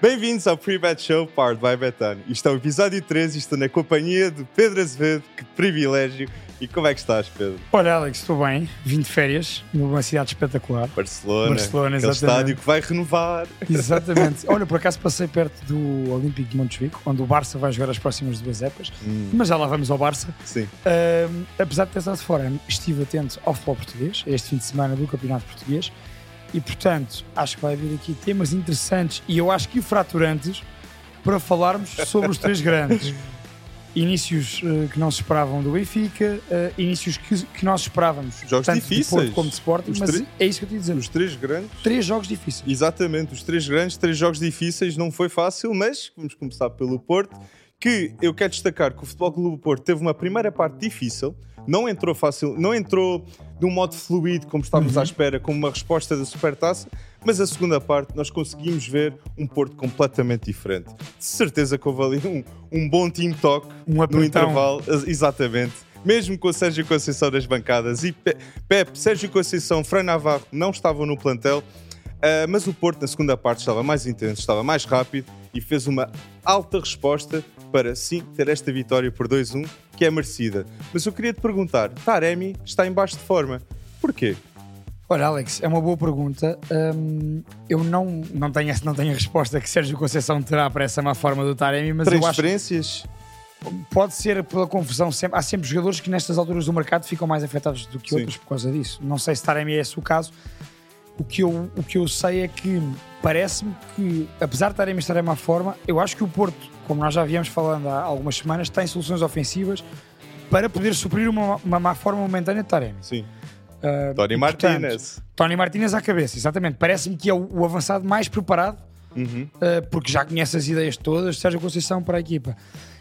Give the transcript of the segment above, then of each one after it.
Bem-vindos ao Pre-Bet Show, powered by Betano. Isto é o episódio 13 e estou na companhia de Pedro Azevedo. Que privilégio! E como é que estás, Pedro? Olha, Alex, estou bem. Vim de férias numa cidade espetacular. Barcelona, aquele exatamente. estádio que vai renovar. Exatamente. Olha, por acaso passei perto do Olímpico de Montjuic, onde o Barça vai jogar as próximas 2 épocas. Mas já lá vamos ao Barça. Sim. Apesar de ter estado fora, estive atento ao futebol português, este fim de semana do Campeonato Português. E, portanto, acho que vai haver aqui temas interessantes e eu acho que fraturantes para falarmos sobre os 3 grandes. Inícios que não se esperavam do Benfica, inícios que nós esperávamos, jogos tanto difíceis. de Porto como de Sporting, mas é isso que eu te ia dizer. Os 3 grandes. 3 jogos difíceis. Exatamente, os 3 grandes, 3 jogos difíceis, não foi fácil, mas vamos começar pelo Porto, que eu quero destacar que o Futebol Clube do Porto teve uma primeira parte difícil, não entrou fácil, não entrou de um modo fluido como estávamos à espera, como uma resposta da Supertaça, mas a segunda parte nós conseguimos ver um Porto completamente diferente. De certeza que houve ali um bom team talk no intervalo, exatamente. Mesmo com o Sérgio Conceição nas bancadas e Pepe, Sérgio Conceição, Fran Navarro não estavam no plantel, mas o Porto na segunda parte estava mais intenso, estava mais rápido e fez uma alta resposta para sim ter esta vitória por 2-1, que é merecida. Mas eu queria te perguntar, Taremi está em baixo de forma. Porquê? Olha, Alex, é uma boa pergunta. Eu não tenho a resposta que Sérgio Conceição terá para essa má forma do Taremi, mas eu acho... Transferências? Pode ser pela confusão. Há sempre jogadores que nestas alturas do mercado ficam mais afetados do que outros por causa disso. Não sei se Taremi é esse o caso. O que eu sei é que parece-me que, apesar de Taremi estar em má forma, eu acho que o Porto, como nós já viemos falando há algumas semanas, tem soluções ofensivas para poder suprir uma má forma momentânea de Taremi. Sim. Tony Martínez. Tony Martínez à cabeça, exatamente. Parece-me que é o avançado mais preparado, porque já conhece as ideias todas, Sérgio Conceição para a equipa.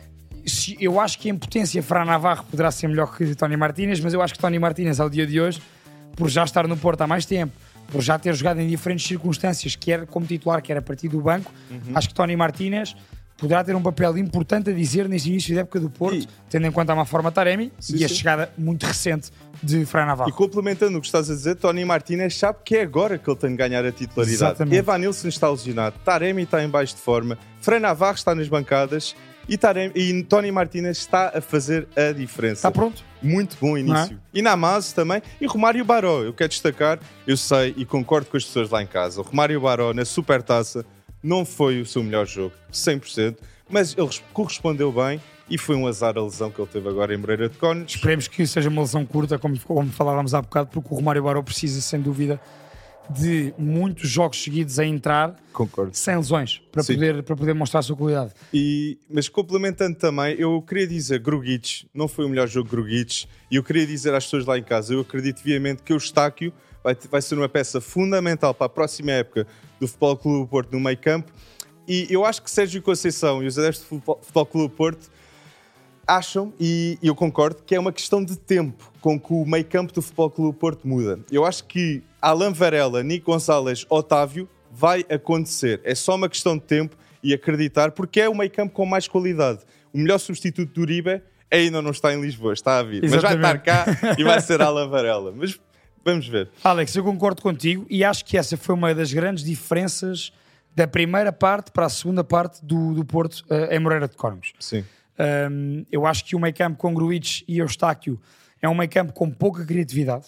Eu acho que em potência Fran Navarro poderá ser melhor que Tony Martínez, mas eu acho que Tony Martínez, ao dia de hoje, por já estar no Porto há mais tempo, por já ter jogado em diferentes circunstâncias, quer como titular, quer a partir do banco, acho que Tony Martínez poderá ter um papel importante a dizer neste início da época do Porto, tendo em conta a má forma de Taremi e a chegada muito recente de Fran Navarro. E complementando o que estás a dizer, Tony Martínez sabe que é agora que ele tem de ganhar a titularidade. Exatamente. Evanilson está lesionado, Taremi está em baixo de forma, Fran Navarro está nas bancadas e Tony Martínez está a fazer a diferença. Está pronto? Muito bom início. E Namazo também. E Romário Baró, eu quero destacar, eu sei e concordo com as pessoas lá em casa, o Romário Baró na Supertaça não foi o seu melhor jogo, 100%, mas ele correspondeu bem e foi um azar a lesão que ele teve agora em Moreira de Cónegos. Esperemos que seja uma lesão curta, como falávamos há bocado, porque o Romário Baró precisa, sem dúvida, de muitos jogos seguidos a entrar. Concordo. Sem lesões, para poder mostrar a sua qualidade. Mas complementando também, eu queria dizer, Grujic, não foi o melhor jogo de Grujic, e eu queria dizer às pessoas lá em casa, eu acredito viamente que o Eustáquio vai ser uma peça fundamental para a próxima época do Futebol Clube do Porto no meio campo, e eu acho que Sérgio Conceição e os adeptos do Futebol Clube do Porto acham, e eu concordo, que é uma questão de tempo com que o meio campo do Futebol Clube do Porto muda. Eu acho que Alan Varela, Nico Gonçalves, Otávio vai acontecer. É só uma questão de tempo e acreditar, porque é o meio campo com mais qualidade. O melhor substituto do Uribe ainda não está em Lisboa, está a vir. Exatamente. Mas vai estar cá e vai ser Alan Varela. Mas vamos ver. Alex, eu concordo contigo e acho que essa foi uma das grandes diferenças da primeira parte para a segunda parte do Porto em Moreira de Cónegos. Sim. Eu acho que o meio campo com Grujic e Eustáquio é um meio campo com pouca criatividade,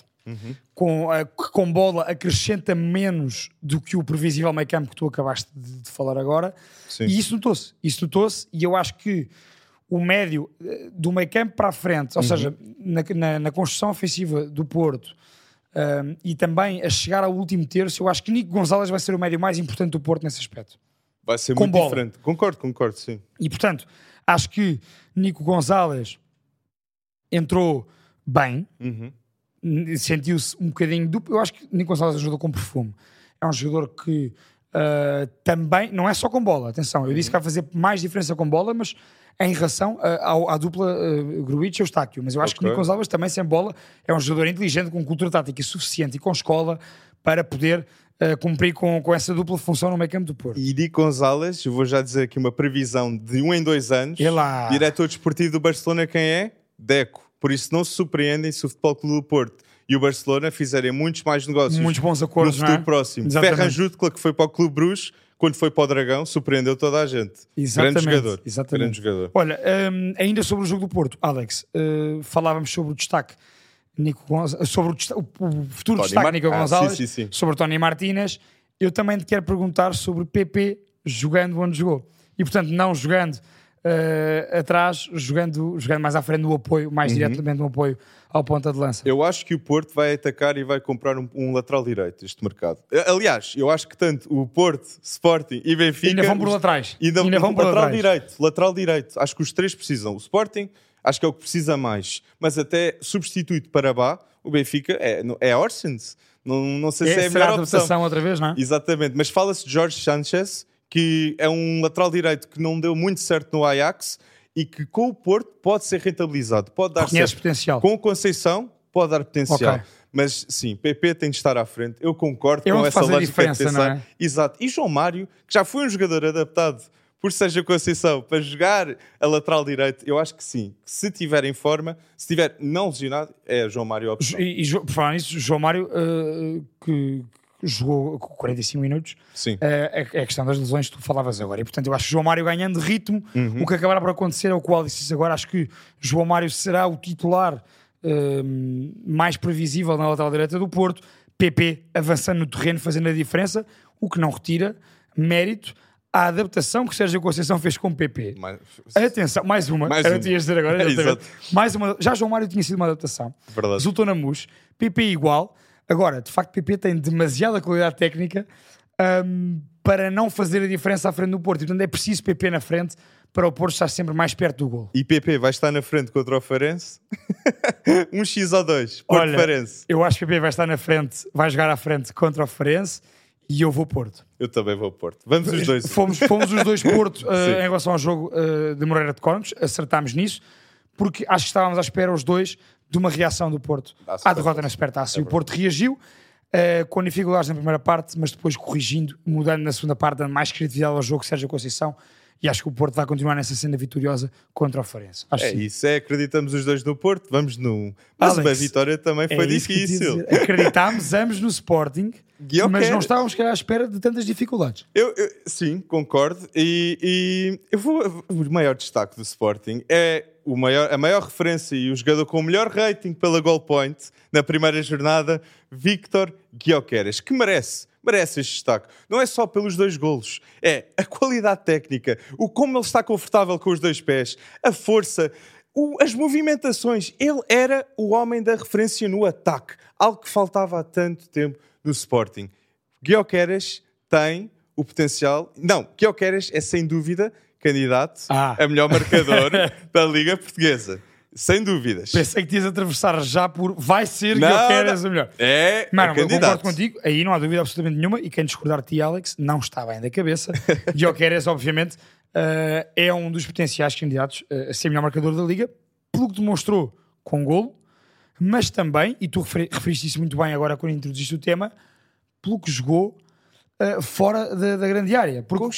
com bola acrescenta menos do que o previsível meio campo que tu acabaste de falar agora. Sim. E isso notou-se e eu acho que o médio do meio campo para a frente, ou seja, na construção ofensiva do Porto, e também a chegar ao último terço, eu acho que Nico Gonçalves vai ser o médio mais importante do Porto nesse aspecto. Vai ser Com muito bola. diferente. Concordo, sim. E portanto, acho que Nico Gonçalves entrou bem, sentiu-se um bocadinho duplo. Eu acho que Nico Gonçalves ajudou com perfume. É um jogador que também, não é só com bola, atenção, eu disse que vai fazer mais diferença com bola, mas em relação à dupla Grujic e Eustáquio. Mas eu acho que Nico Gonçalves também sem bola é um jogador inteligente, com cultura tática suficiente e com escola para poder cumprir com essa dupla função no meio campo do Porto. E Nico Gonçalves, eu vou já dizer aqui uma previsão de 1 em 2 anos. Diretor desportivo do Barcelona, quem é? Deco. Por isso não se surpreendem se o Futebol Clube do Porto e o Barcelona fizerem muitos mais negócios, muitos bons acordos no futuro próximo. Ferran Jutgla, que foi para o Clube Bruges, quando foi para o Dragão, surpreendeu toda a gente. Exatamente, Grande jogador. exatamente. Grande jogador. Olha, ainda sobre o jogo do Porto, Alex, falávamos sobre o destaque sobre o futuro destaque de Nico Gonzalez, sim. sobre o Tony Martínez. Eu também te quero perguntar sobre o PP jogando onde jogou. E, portanto, não jogando atrás, jogando mais à frente no apoio, mais diretamente no apoio ao ponta de lança. Eu acho que o Porto vai atacar e vai comprar um lateral direito este mercado. Aliás, eu acho que tanto o Porto, Sporting e Benfica... Ainda vão por laterais. Ainda vão por lateral direito. Acho que os três precisam. O Sporting, acho que é o que precisa mais. Mas até substituto para Bá, o Benfica é Orsens. Não sei se é a melhor opção. Outra vez, não é? Exatamente. Mas fala-se de Jorge Sanchez, que é um lateral direito que não deu muito certo no Ajax e que com o Porto pode ser rentabilizado, pode dar certo. Potencial. Com o Conceição pode dar potencial. Okay. Mas sim, PP tem de estar à frente. Eu concordo com essa lógica de pensar. Não é? Exato. E João Mário, que já foi um jogador adaptado por Sérgio Conceição para jogar a lateral direito, eu acho que sim. Se tiver em forma, se tiver não lesionado, é João Mário a opção. E por falar nisso, João Mário, que jogou 45 minutos, é a questão das lesões que tu falavas agora. E, portanto, eu acho que João Mário ganhando ritmo, o que acabará por acontecer é o que o Alex disse agora. Acho que João Mário será o titular mais previsível na lateral direita do Porto. PP avançando no terreno, fazendo a diferença, o que não retira mérito à adaptação que Sérgio Conceição fez com o PP. Atenção, mais uma. Era o que tinhas de dizer agora. Mais uma. Já João Mário tinha sido uma adaptação. Verdade. Resultou na MUS. PP igual. Agora, de facto, PP tem demasiada qualidade técnica para não fazer a diferença à frente do Porto. E, portanto, é preciso PP na frente para o Porto estar sempre mais perto do gol. E PP vai estar na frente contra o Farense? 1x ou 2? Porto Farense. Eu acho que PP vai estar na frente, vai jogar à frente contra o Farense e eu vou Porto. Eu também vou Porto. Vamos os dois. Fomos os dois Porto em relação ao jogo de Moreira de Cónegos. Acertámos nisso, porque acho que estávamos à espera os dois de uma reação do Porto à derrota na Supertaça. E o Porto reagiu com dificuldades na primeira parte, mas depois corrigindo, mudando na segunda parte, dando mais criatividade ao jogo, Sérgio Conceição. E acho que o Porto vai continuar nessa cena vitoriosa contra o Farense. Isso, acreditamos os dois no Porto, vamos no... Mas uma vitória também foi difícil. Acreditámos ambos no Sporting, mas não estávamos à espera de tantas dificuldades. Sim, concordo. E eu vou... O maior destaque do Sporting é a maior referência e o jogador com o melhor rating pela goal point na primeira jornada, Víctor Gyökeres, que merece este destaque. Não é só pelos 2 golos, é a qualidade técnica, o como ele está confortável com os 2 pés, a força, as movimentações. Ele era o homem da referência no ataque, algo que faltava há tanto tempo no Sporting. Gyökeres tem o potencial... Não, Gyökeres é sem dúvida candidato a melhor marcador da Liga Portuguesa. Sem dúvidas. Pensei que tinhas atravessar já por vai ser Gyökeres o melhor. Mano, eu concordo contigo, aí não há dúvida absolutamente nenhuma, e quem discordar de ti, Alex, não está bem da cabeça. Gyökeres, obviamente, é um dos potenciais candidatos a ser melhor marcador da Liga, pelo que demonstrou com golo, mas também, e tu referiste isso muito bem agora quando introduziste o tema, pelo que jogou fora da grande área. Porque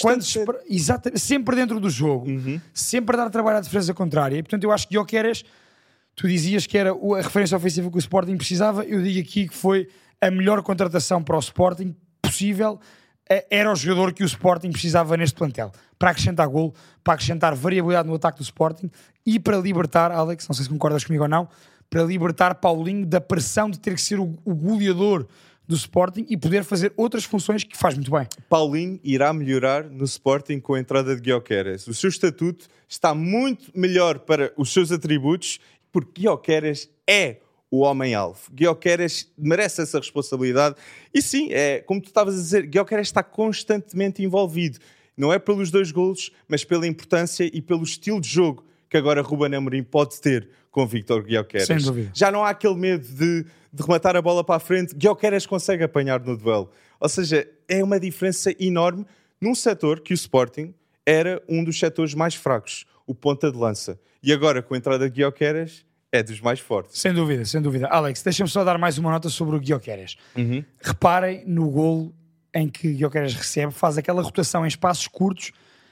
sempre dentro do jogo, sempre a dar trabalho à defesa contrária. E, portanto, eu acho que Gyökeres, tu dizias que era a referência ofensiva que o Sporting precisava, eu digo aqui que foi a melhor contratação para o Sporting possível. Era o jogador que o Sporting precisava neste plantel, para acrescentar golo, para acrescentar variabilidade no ataque do Sporting e para libertar, Alex, não sei se concordas comigo ou não, para libertar Paulinho da pressão de ter que ser o goleador do Sporting e poder fazer outras funções que faz muito bem. Paulinho irá melhorar no Sporting com a entrada de Gyökeres. O seu estatuto está muito melhor para os seus atributos, porque Gyökeres é o homem-alvo. Gyökeres merece essa responsabilidade. E sim, como tu estavas a dizer, Gyökeres está constantemente envolvido. Não é pelos 2 golos, mas pela importância e pelo estilo de jogo que agora Ruben Amorim pode ter com Víctor Gyökeres. Sem dúvida. Já não há aquele medo de rematar a bola para a frente. Gyökeres consegue apanhar no duelo. Ou seja, é uma diferença enorme num setor que o Sporting era um dos setores mais fracos, o ponta de lança. E agora, com a entrada de Gyökeres, é dos mais fortes. Sem dúvida, sem dúvida. Alex, deixa-me só dar mais uma nota sobre o Gyökeres. Reparem no golo em que Gyökeres recebe, faz aquela rotação em espaços curtos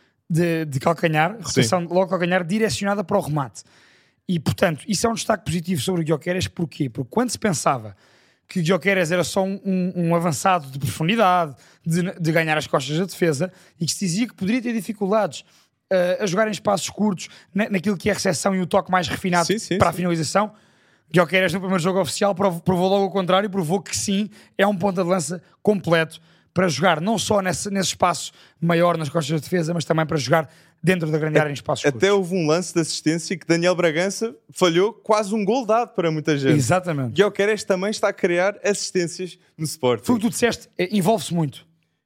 de calcanhar, rotação logo calcanhar direcionada para o remate. E, portanto, isso é um destaque positivo sobre o Gyökeres. Porquê? Porque quando se pensava que Gyökeres era só um avançado de profundidade, de ganhar as costas da defesa, e que se dizia que poderia ter dificuldades a jogar em espaços curtos, naquilo que é a recepção e o toque mais refinado para a finalização. Gyökeres no primeiro jogo oficial provou logo o contrário, provou que sim, é um ponta de lança completo para jogar não só nesse espaço maior nas costas da defesa, mas também para jogar dentro da grande área em espaços curtos. Até houve um lance de assistência que Daniel Bragança falhou, quase um gol dado para muita gente. Exatamente. Gyökeres também está a criar assistências no Sporting. Foi o que tu disseste, envolve-se muito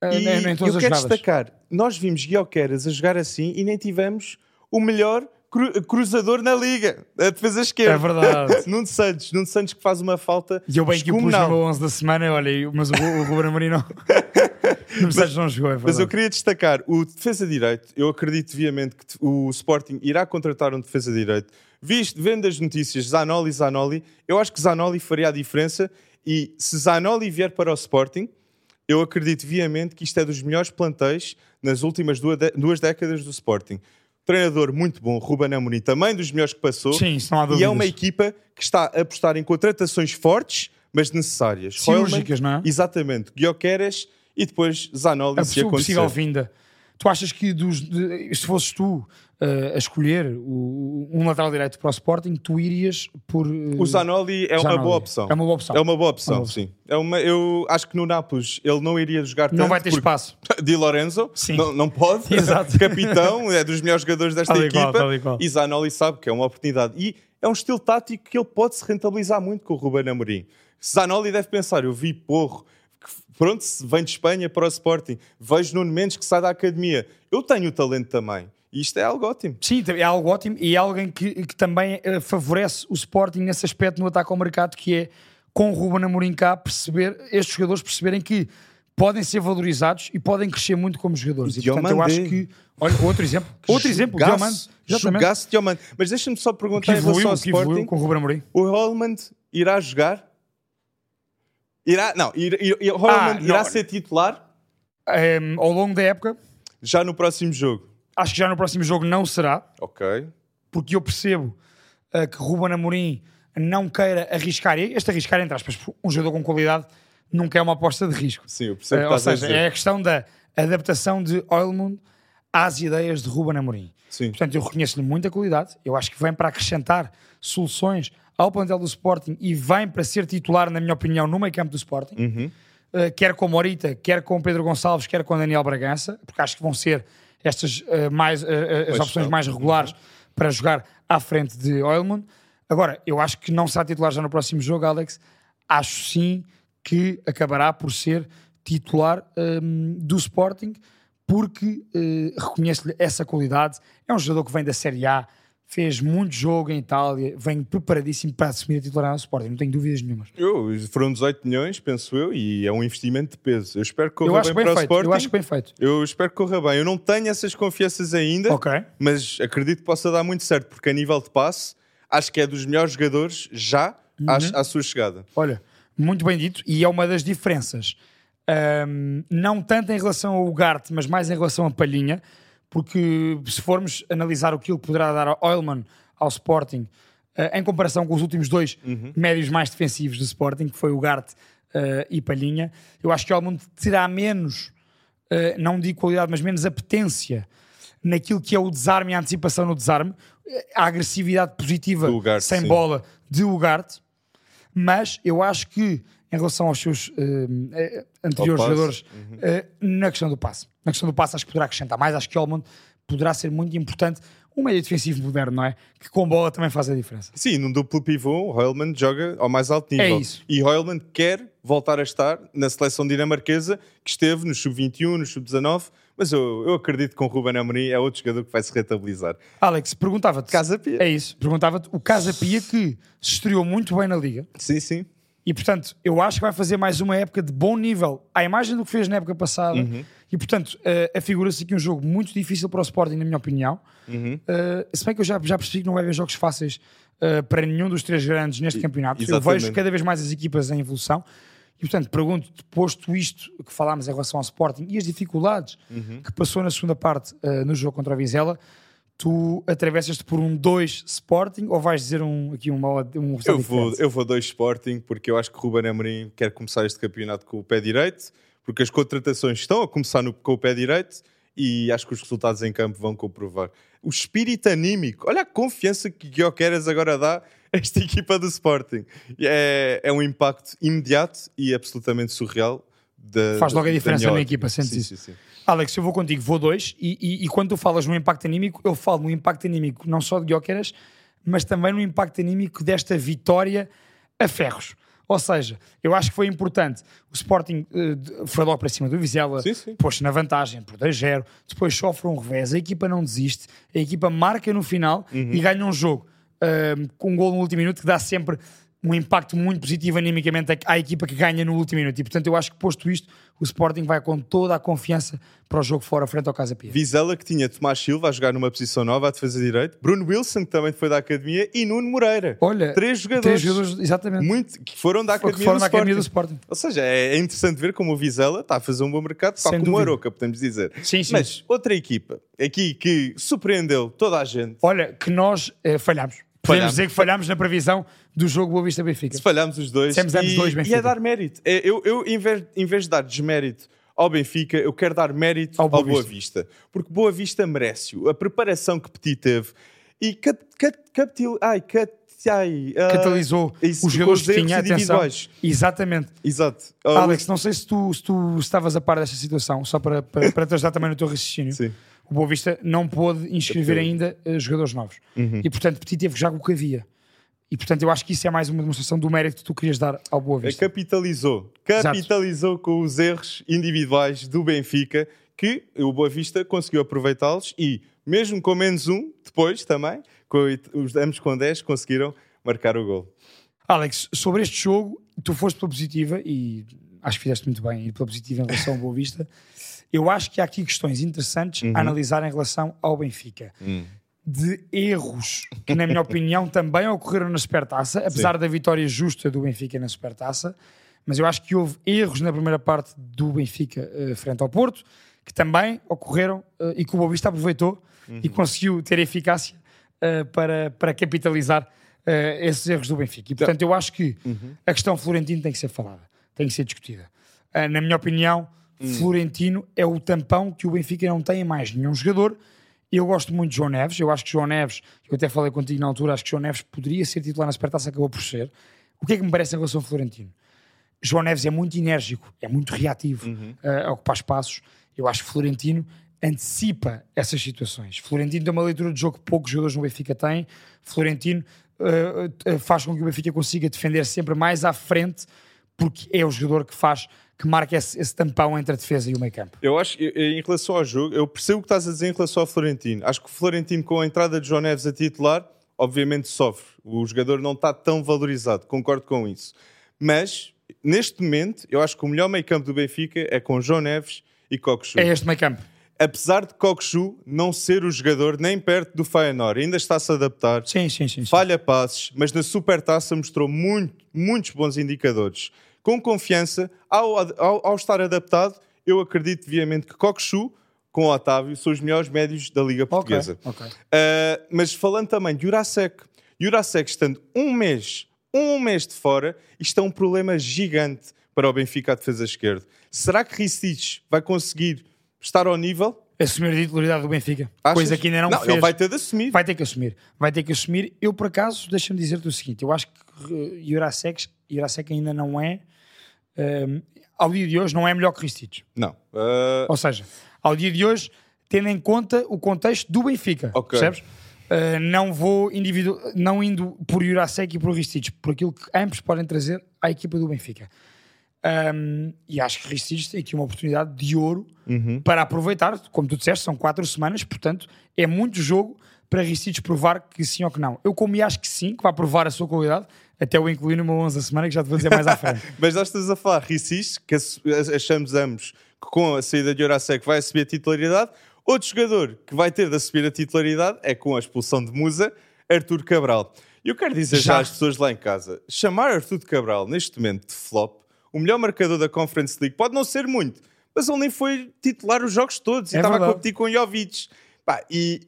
em todas eu as quero jogadas. destacar, nós vimos Gyökeres a jogar assim e nem tivemos o melhor cruzador na Liga, a defesa esquerda. É verdade. Nuno Santos que faz uma falta E eu bem que o pus no descomunal. meu 11 da semana, olha, mas o Ruben Amorim não. Nuno Santos não jogou, é verdade. Mas eu queria destacar o defesa direito. Eu acredito viamente que o Sporting irá contratar um defesa direito. Vendo as notícias Zanoli, eu acho que Zanoli faria a diferença, e se Zanoli vier para o Sporting, eu acredito viamente que isto é dos melhores plantéis nas últimas duas décadas do Sporting. Treinador muito bom, Ruben Amorim, também dos melhores que passou. Sim, isso não há e dúvidas. é uma equipa que está a apostar em contratações fortes, mas necessárias. Cirúrgicas, não é? Exatamente. Gyökeres e depois Zanoli, se A possível acontecer. vinda. Tu achas que se fosses tu a escolher um lateral direito para o Sporting, tu irias por... O Zanoli é uma boa opção. É uma boa opção. É uma boa opção, sim. Eu acho que no Nápoles ele não iria jogar tanto. Não vai ter espaço. Di Lorenzo, Sim. não pode. Exato. Capitão, é dos melhores jogadores desta Tal e equipa. qual, tal e qual. E Zanoli sabe que é uma oportunidade. E é um estilo tático que ele pode se rentabilizar muito com o Ruben Amorim. Zanoli deve pensar, eu vi Porro, que, pronto, vem de Espanha para o Sporting. Vejo Nuno Mendes que sai da academia. Eu tenho o talento também. E isto é algo ótimo. Sim, é algo ótimo e é alguém que também favorece o Sporting nesse aspecto no ataque ao mercado, que é com o Ruben Amorim cá estes jogadores perceberem que podem ser valorizados e podem crescer muito como jogadores. E portanto eu acho que... Olha, outro exemplo, Diomande. Jogasse Diomande. Mas deixa-me só perguntar em relação ao Sporting. Com o Ruben Amorim. O Holland irá jogar? Irá ser titular Ao longo da época, já no próximo jogo? acho que já no próximo jogo não será, Ok. porque eu percebo que Ruben Amorim não queira arriscar, entre aspas, um jogador com qualidade nunca é uma aposta de risco. Sim, eu percebo o que Ou estás a seja, dizer. é a questão da adaptação de Oilmund às ideias de Ruben Amorim. Sim. Portanto, eu reconheço-lhe muita qualidade, eu acho que vem para acrescentar soluções ao plantel do Sporting e vem para ser titular, na minha opinião, no meio campo do Sporting, quer com Morita, quer com Pedro Gonçalves, quer com Daniel Bragança, porque acho que vão ser estas as opções mais regulares para jogar à frente de Oilmund. Agora, eu acho que não será titular já no próximo jogo, Alex. Acho sim que acabará por ser titular do Sporting, porque reconheço-lhe essa qualidade. É um jogador que vem da Série A, fez muito jogo em Itália, vem preparadíssimo para assumir a titularidade do Sporting, não tenho dúvidas nenhumas. Foram 18 milhões, penso eu, e é um investimento de peso. Eu espero que corra Eu acho bem para o feito, Sporting. eu acho bem feito. Eu espero que corra bem. Eu não tenho essas confianças ainda, Ok. mas acredito que possa dar muito certo, porque a nível de passe, acho que é dos melhores jogadores já à sua chegada. Olha, muito bem dito, e é uma das diferenças. Não tanto em relação ao Ugarte, mas mais em relação a Palhinha, porque se formos analisar aquilo que poderá dar Oilman ao Sporting, em comparação com os últimos dois médios mais defensivos do Sporting, que foi o Ugarte e Palhinha, eu acho que Oilman terá menos, não digo qualidade, mas menos apetência naquilo que é o desarme e a antecipação no desarme, a agressividade positiva Ugarte, sem sim. bola de Ugarte, mas eu acho que em relação aos seus anteriores jogadores, na questão do passe. Na questão do passe acho que poderá acrescentar mais, acho que Oilmund poderá ser muito importante, um meio defensivo moderno, não é? Que com bola também faz a diferença. Sim, num duplo pivô, o Hoylman joga ao mais alto nível. É isso. E Hoylman quer voltar a estar na seleção dinamarquesa, que esteve no Sub-21, no Sub-19, mas eu acredito que com o Ruben Amorim é outro jogador que vai se rentabilizar. Alex, perguntava-te... Casa Pia. É isso. Perguntava-te o Casa Pia, que se estreou muito bem na Liga. Sim, sim. E, portanto, eu acho que vai fazer mais uma época de bom nível à imagem do que fez na época passada. E, portanto, afigura-se aqui um jogo muito difícil para o Sporting, na minha opinião. Se bem que eu já percebi que não vai haver jogos fáceis para nenhum dos três grandes neste campeonato. Exatamente. Eu vejo cada vez mais as equipas em evolução. E, portanto, pergunto-te, posto isto que falámos em relação ao Sporting e as dificuldades que passou na segunda parte no jogo contra a Vizela, tu atravessas-te por um 2 Sporting ou vais dizer um resultado diferente? Eu vou 2 Sporting, porque eu acho que o Ruben Amorim quer começar este campeonato com o pé direito, porque as contratações estão a começar com o pé direito e acho que os resultados em campo vão comprovar. O espírito anímico, olha a confiança que Gyökeres agora dá a esta equipa do Sporting. É um impacto imediato e absolutamente surreal. Faz logo a diferença na equipa, sentes isso. Sim. Alex, eu vou contigo, vou 2, e quando tu falas no impacto anímico, eu falo no impacto anímico não só de Gyökeres, mas também no impacto anímico desta vitória a ferros. Ou seja, eu acho que foi importante. O Sporting foi logo para cima do Vizela, pôs-se na vantagem por 2-0, depois sofre um revés, a equipa não desiste, a equipa marca no final e ganha um jogo com um gol no último minuto que dá sempre um impacto muito positivo animicamente à equipa que ganha no último minuto. E portanto eu acho que, posto isto, o Sporting vai com toda a confiança para o jogo fora, frente ao Casa Pia. Vizela, que tinha Tomás Silva a jogar numa posição nova, à defesa direito, Bruno Wilson, que também foi da Academia, e Nuno Moreira. Olha, 3 jogadores exatamente. Que foram da Academia do Sporting. Ou seja, é interessante ver como o Vizela está a fazer um bom mercado, tal como o Aroca, podemos dizer. Sim. Mas outra equipa aqui que surpreendeu toda a gente. Olha, que nós falhámos. Podemos dizer que falhámos na previsão do jogo Boa Vista-Benfica. Se falhámos os dois. E é dar mérito. Eu em vez de dar desmérito ao Benfica, eu quero dar mérito ao Boa Vista. Porque Boa Vista merece-o. A preparação que Petit teve e catalisou os jogadores que tinha, atenção. Exatamente. Exato. Alex, não sei se tu estavas a par desta situação, só para te ajudar também no teu raciocínio. Sim. O Boa Vista não pôde inscrever ainda jogadores novos. E, portanto, Petit teve que jogar com o que havia. E, portanto, eu acho que isso é mais uma demonstração do mérito que tu querias dar ao Boa Vista. Capitalizou com os erros individuais do Benfica, que o Boa Vista conseguiu aproveitá-los e, mesmo com menos um, depois também, ambos com 10, conseguiram marcar o gol. Alex, sobre este jogo, tu foste pela positiva e acho que fizeste muito bem ir pela positiva em relação ao Boa Vista. Eu acho que há aqui questões interessantes a analisar em relação ao Benfica. De erros que, na minha opinião, também ocorreram na Supertaça, apesar da vitória justa do Benfica na Supertaça. Mas eu acho que houve erros na primeira parte do Benfica frente ao Porto, que também ocorreram e que o Boa Vista aproveitou e conseguiu ter eficácia para capitalizar esses erros do Benfica. E, portanto, eu acho que a questão Florentino tem que ser falada, tem que ser discutida. Na minha opinião, Florentino é o tampão que o Benfica não tem em mais nenhum jogador. Eu gosto muito de João Neves. Eu acho que João Neves, eu até falei contigo na altura, acho que João Neves poderia ser titular na Supertaça, acabou por ser. O que é que me parece em relação ao Florentino? João Neves é muito enérgico, é muito reativo a ocupar espaços. Eu acho que Florentino antecipa essas situações. Florentino tem uma leitura de jogo que poucos jogadores no Benfica têm. Florentino faz com que o Benfica consiga defender sempre mais à frente, porque é o jogador que marca esse tampão entre a defesa e o meio campo. Eu acho, em relação ao jogo, eu percebo o que estás a dizer em relação ao Florentino. Acho que o Florentino, com a entrada de João Neves a titular, obviamente sofre. O jogador não está tão valorizado, concordo com isso. Mas, neste momento, eu acho que o melhor meio campo do Benfica é com João Neves e Cockchu. É este meio campo. Apesar de Cockchu não ser o jogador nem perto do Feyenoord, ainda está-se a adaptar. Sim. Falha passes, mas na Supertaça mostrou muitos bons indicadores. Com confiança, ao estar adaptado, eu acredito viamente que Cockchu com o Otávio são os melhores médios da Liga Portuguesa. Okay. Mas falando também de Jurasek estando um mês de fora, isto é um problema gigante para o Benfica à defesa esquerda. Será que Ristich vai conseguir estar ao nível? Assumir a titularidade do Benfica. Achas? Coisa que ainda não fez. Ele vai ter de assumir. Vai ter que assumir. Eu, por acaso, deixa-me dizer-te o seguinte. Eu acho que Jurasek ainda não é... ao dia de hoje não é melhor que Ristich. Não. Ou seja, ao dia de hoje, tendo em conta o contexto do Benfica. Okay. Percebes? Não indo por Jurasek e por Ristich, por aquilo que ambos podem trazer à equipa do Benfica. E acho que Ristich tem aqui uma oportunidade de ouro para aproveitar. Como tu disseste, são 4 semanas, portanto é muito jogo para Ristich provar que sim ou que não. Eu acho que sim, que vai provar a sua qualidade, até o incluir numa 11 semana, que já te vou dizer mais à frente. Mas nós estamos a falar Ristich, que achamos ambos que com a saída de Jurasek vai assumir a titularidade. Outro jogador que vai ter de assumir a titularidade é, com a expulsão de Musa, Artur Cabral. E eu quero dizer já às pessoas lá em casa, chamar Artur Cabral neste momento de flop, o melhor marcador da Conference League, pode não ser muito, mas ele nem foi titular os jogos todos e estava a competir com Jovic. Pá,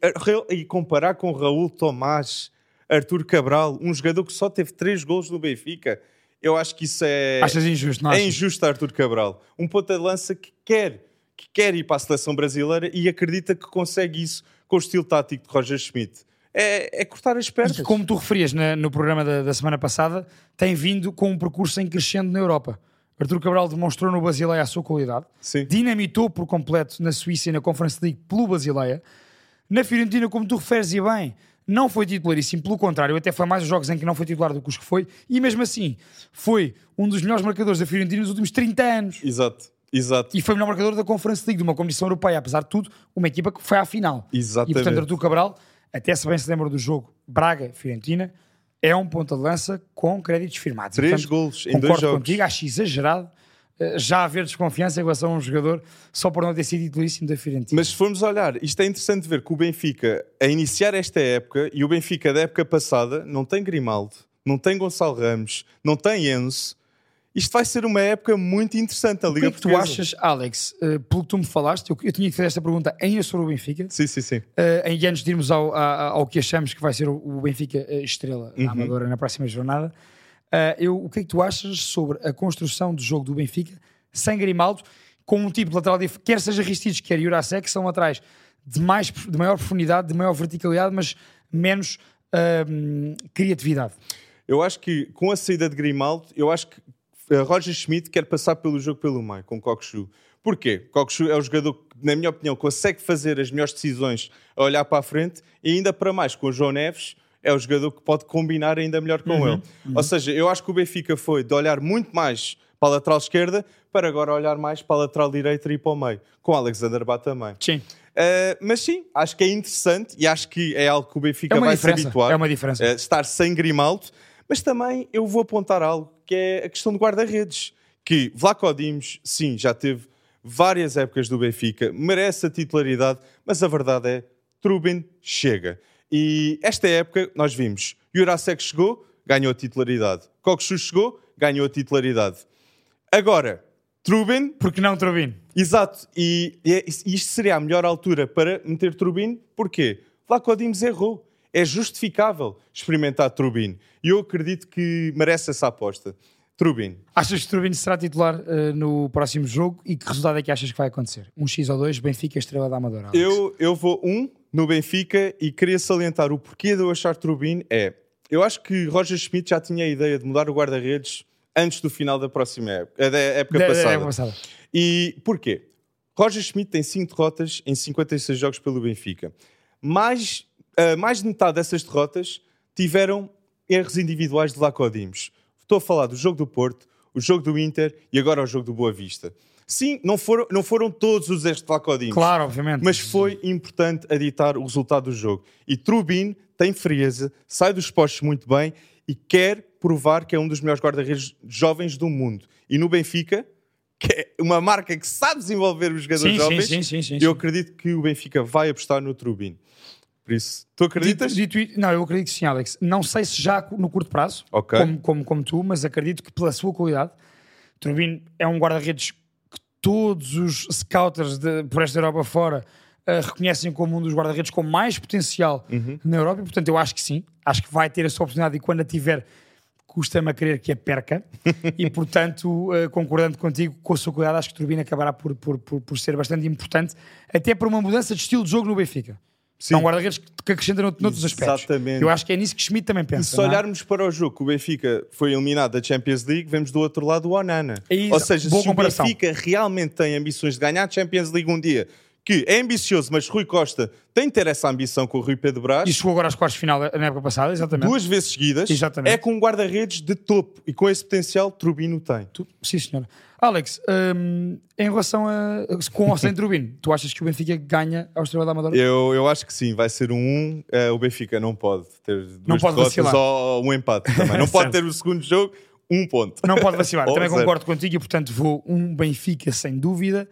e comparar com Raul Tomás, Arthur Cabral, um jogador que só teve 3 golos no Benfica, eu acho que isso é... Achas injusto, não achas? É injusto a Arthur Cabral. Um ponta de lança que quer ir para a seleção brasileira e acredita que consegue isso com o estilo tático de Roger Schmidt. É cortar as pernas. E como tu referias no programa da semana passada, tem vindo com um percurso em crescendo na Europa. Arthur Cabral demonstrou no Basileia a sua qualidade. Sim. Dinamitou por completo na Suíça e na Conference League pelo Basileia. Na Fiorentina, como tu referes e bem, não foi titularíssimo, pelo contrário, até foi mais os jogos em que não foi titular do que os que foi, e mesmo assim foi um dos melhores marcadores da Fiorentina nos últimos 30 anos. Exato. E foi o melhor marcador da Conference League, de uma competição europeia, apesar de tudo, uma equipa que foi à final. Exatamente. E portanto, Arthur Cabral, até se bem se lembra do jogo Braga-Fiorentina, é um ponta de lança com créditos firmados. 3 golos em 2 concordo jogos. Contigo, acho exagerado já haver desconfiança em relação a um jogador só por não ter sido titularíssimo da Fiorentina. Mas se formos olhar, isto é interessante ver que o Benfica, a iniciar esta época, e o Benfica da época passada, não tem Grimaldo, não tem Gonçalo Ramos, não tem Enzo. Isto vai ser uma época muito interessante na Liga Portuguesa. O que é que tu achas, Alex, pelo que tu me falaste, eu tinha que fazer esta pergunta ainda sobre o Benfica. Sim. Em antes de irmos ao que achamos que vai ser o Benfica estrela na Amadora na próxima jornada, o que é que tu achas sobre a construção do jogo do Benfica sem Grimaldo, com um tipo de lateral quer seja Ristides, quer Jurasek, que são laterais de maior profundidade, de maior verticalidade, mas menos criatividade? Eu acho que com a saída de Grimaldo, eu acho que Roger Schmidt quer passar pelo jogo pelo meio, com Cockchu. Porquê? Cockchu é o jogador que, na minha opinião, consegue fazer as melhores decisões a olhar para a frente, e ainda para mais com o João Neves, é o jogador que pode combinar ainda melhor com ele. Ou seja, eu acho que o Benfica foi de olhar muito mais para a lateral esquerda para agora olhar mais para a lateral direita e para o meio, com Alexander Bá também. Sim. Mas sim, acho que é interessante e acho que é algo que o Benfica vai se habituar. É uma diferença. Estar sem Grimaldo, mas também eu vou apontar algo que é a questão do guarda-redes, que Vlaco Dimos, sim, já teve várias épocas do Benfica, merece a titularidade, mas a verdade é, Trubin chega. E esta época nós vimos, Jurasek chegou, ganhou a titularidade. Cockchu chegou, ganhou a titularidade. Agora, Trubin... Porque não Trubin? Exato. E isto seria a melhor altura para meter Trubin. Porquê? Vlaco Dimos errou. É justificável experimentar Trubin. E eu acredito que merece essa aposta. Trubin. Achas que Trubin será titular no próximo jogo? E que resultado é que achas que vai acontecer? 1x ou 2, Benfica, Estrela da Amadora. Eu vou 1 no Benfica e queria salientar o porquê de eu achar Trubin é... Eu acho que Roger Schmidt já tinha a ideia de mudar o guarda-redes antes do final da próxima época, da época passada. E porquê? Roger Schmidt tem 5 derrotas em 56 jogos pelo Benfica. Mais de metade dessas derrotas tiveram erros individuais de Vlaco Dimos. Estou a falar do jogo do Porto, o jogo do Inter e agora o jogo do Boa Vista. Sim, não foram todos os erros de Vlaco Dimos. Claro, obviamente. Mas foi importante a ditar o resultado do jogo. E Trubin tem frieza, sai dos postos muito bem e quer provar que é um dos melhores guarda-redes jovens do mundo. E no Benfica, que é uma marca que sabe desenvolver os jogadores jovens, sim. Eu acredito que o Benfica vai apostar no Trubin. Por isso, tu acreditas? Não, eu acredito que sim, Alex. Não sei se já no curto prazo, como tu, mas acredito que pela sua qualidade, Trubin é um guarda-redes que todos os scouters por esta Europa fora reconhecem como um dos guarda-redes com mais potencial na Europa, e portanto eu acho que sim, acho que vai ter essa oportunidade e quando a tiver, custa-me a crer que a perca e portanto, concordando contigo, com a sua qualidade, acho que Trubin acabará por ser bastante importante, até para uma mudança de estilo de jogo no Benfica. Sim. São guarda-redes que acrescentam noutros aspectos. Exatamente. Eu acho que é nisso que Schmidt também pensa. E se olharmos para o jogo que o Benfica foi eliminado da Champions League, vemos do outro lado o Onana. Ou seja, se o Benfica realmente tem ambições de ganhar a Champions League um dia, que é ambicioso, mas Rui Costa tem de ter essa ambição com o Rui Pedro Brás. E chegou agora às quartas de final na época passada, exatamente. 2 vezes seguidas. Exatamente. É com um guarda-redes de topo. E com esse potencial, Trubin tem. Sim, senhor. Alex, em relação com ou sem Trubin, tu achas que o Benfica ganha ao Estrela da Amadora? Eu acho que sim, vai ser um 1. O Benfica não pode ter 2 derrotas ou um empate também. Não pode ter o segundo jogo, 1 ponto. Não pode vacilar. Também concordo contigo e, portanto, vou um Benfica sem dúvida.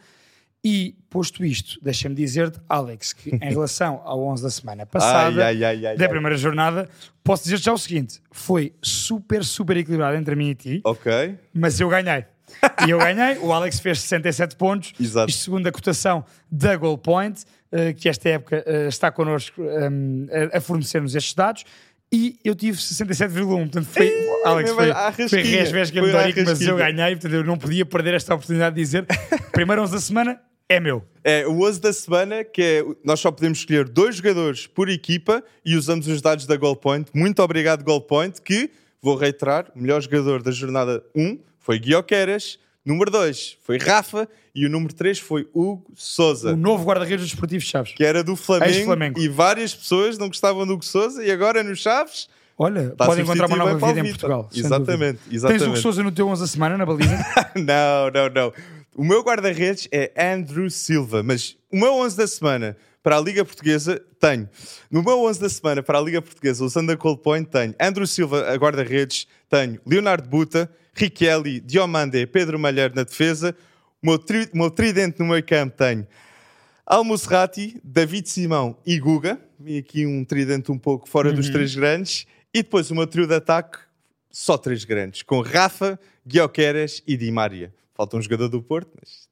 E, posto isto, deixa-me dizer-te, Alex, que em relação ao 11 da semana passada, da primeira jornada, posso dizer-te já o seguinte, foi super equilibrado entre mim e ti, mas eu ganhei. E eu ganhei, o Alex fez 67 pontos, Exato. Isto segundo a cotação da Goal Point, que esta época está connosco a fornecer-nos estes dados. E eu tive 67,1, portanto foi, Alex, foi resvesga-me de Orico, mas eu ganhei, portanto eu não podia perder esta oportunidade de dizer primeiro 11 da semana é meu. É o 11 da semana, que é, nós só podemos escolher 2 jogadores por equipa e usamos os dados da Goalpoint. Muito obrigado, Goalpoint, que, vou reiterar, o melhor jogador da jornada 1 foi Gyökeres, número 2 foi Rafa e o número 3 foi Hugo Sousa. O novo guarda-redes dos Desportivos Chaves. Que era do Flamengo e várias pessoas não gostavam do Hugo Sousa e agora no Chaves... Olha, pode encontrar uma nova vida em Portugal. Exatamente. Tens o Hugo Sousa no teu 11 da semana, na baliza? Não. O meu guarda-redes é Andrew Silva, mas o meu 11 da semana para a Liga Portuguesa tenho. No meu 11 da semana para a Liga Portuguesa, usando a Goalpoint, tenho Andrew Silva a guarda-redes, tenho Leonardo Buta, Riquelme, Diomande, Pedro Malheiro na defesa, o meu tridente no meio campo tenho Al-Musrati, David Simão e Guga, e aqui um tridente um pouco fora dos 3 grandes, e depois o meu trio de ataque, só 3 grandes, com Rafa, Gyökeres e Di Maria. Falta um jogador do Porto, mas...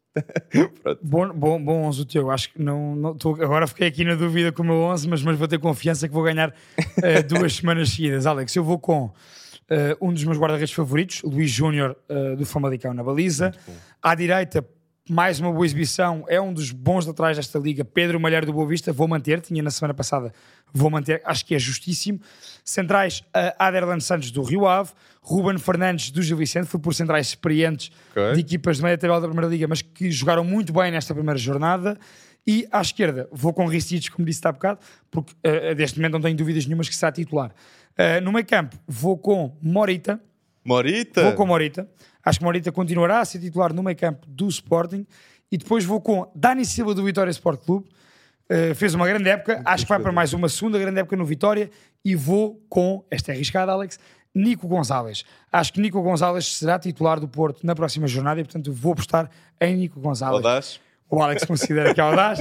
bom 11 o teu. Acho que agora fiquei aqui na dúvida com o meu 11, mas vou ter confiança que vou ganhar 2 semanas seguidas. Alex, eu vou com um dos meus guarda-redes favoritos, Luís Júnior, do Famalicão na baliza. À direita, mais uma boa exibição, é um dos bons laterais desta liga, Pedro Malheiro do Boa Vista, vou manter, tinha na semana passada, vou manter, acho que é justíssimo. Centrais, Aderlan Santos do Rio Ave, Ruben Fernandes do Gil Vicente, foi por centrais experientes de equipas de meia tabela da Primeira Liga, mas que jogaram muito bem nesta primeira jornada. E à esquerda, vou com Ristich, como disse há bocado, porque deste momento não tenho dúvidas nenhumas que será titular. No meio campo, vou com Morita. Vou com Morita. Acho que Morita continuará a ser titular no meio campo do Sporting. E depois vou com Dani Silva do Vitória Sport Clube. Fez uma grande época. Acho que vai para mais uma segunda grande época no Vitória. E vou com, esta é arriscada, Alex, Nico Gonzalez. Acho que Nico Gonzalez será titular do Porto na próxima jornada e, portanto, vou apostar em Nico Gonzalez. Audaz. O Alex considera que é audaz.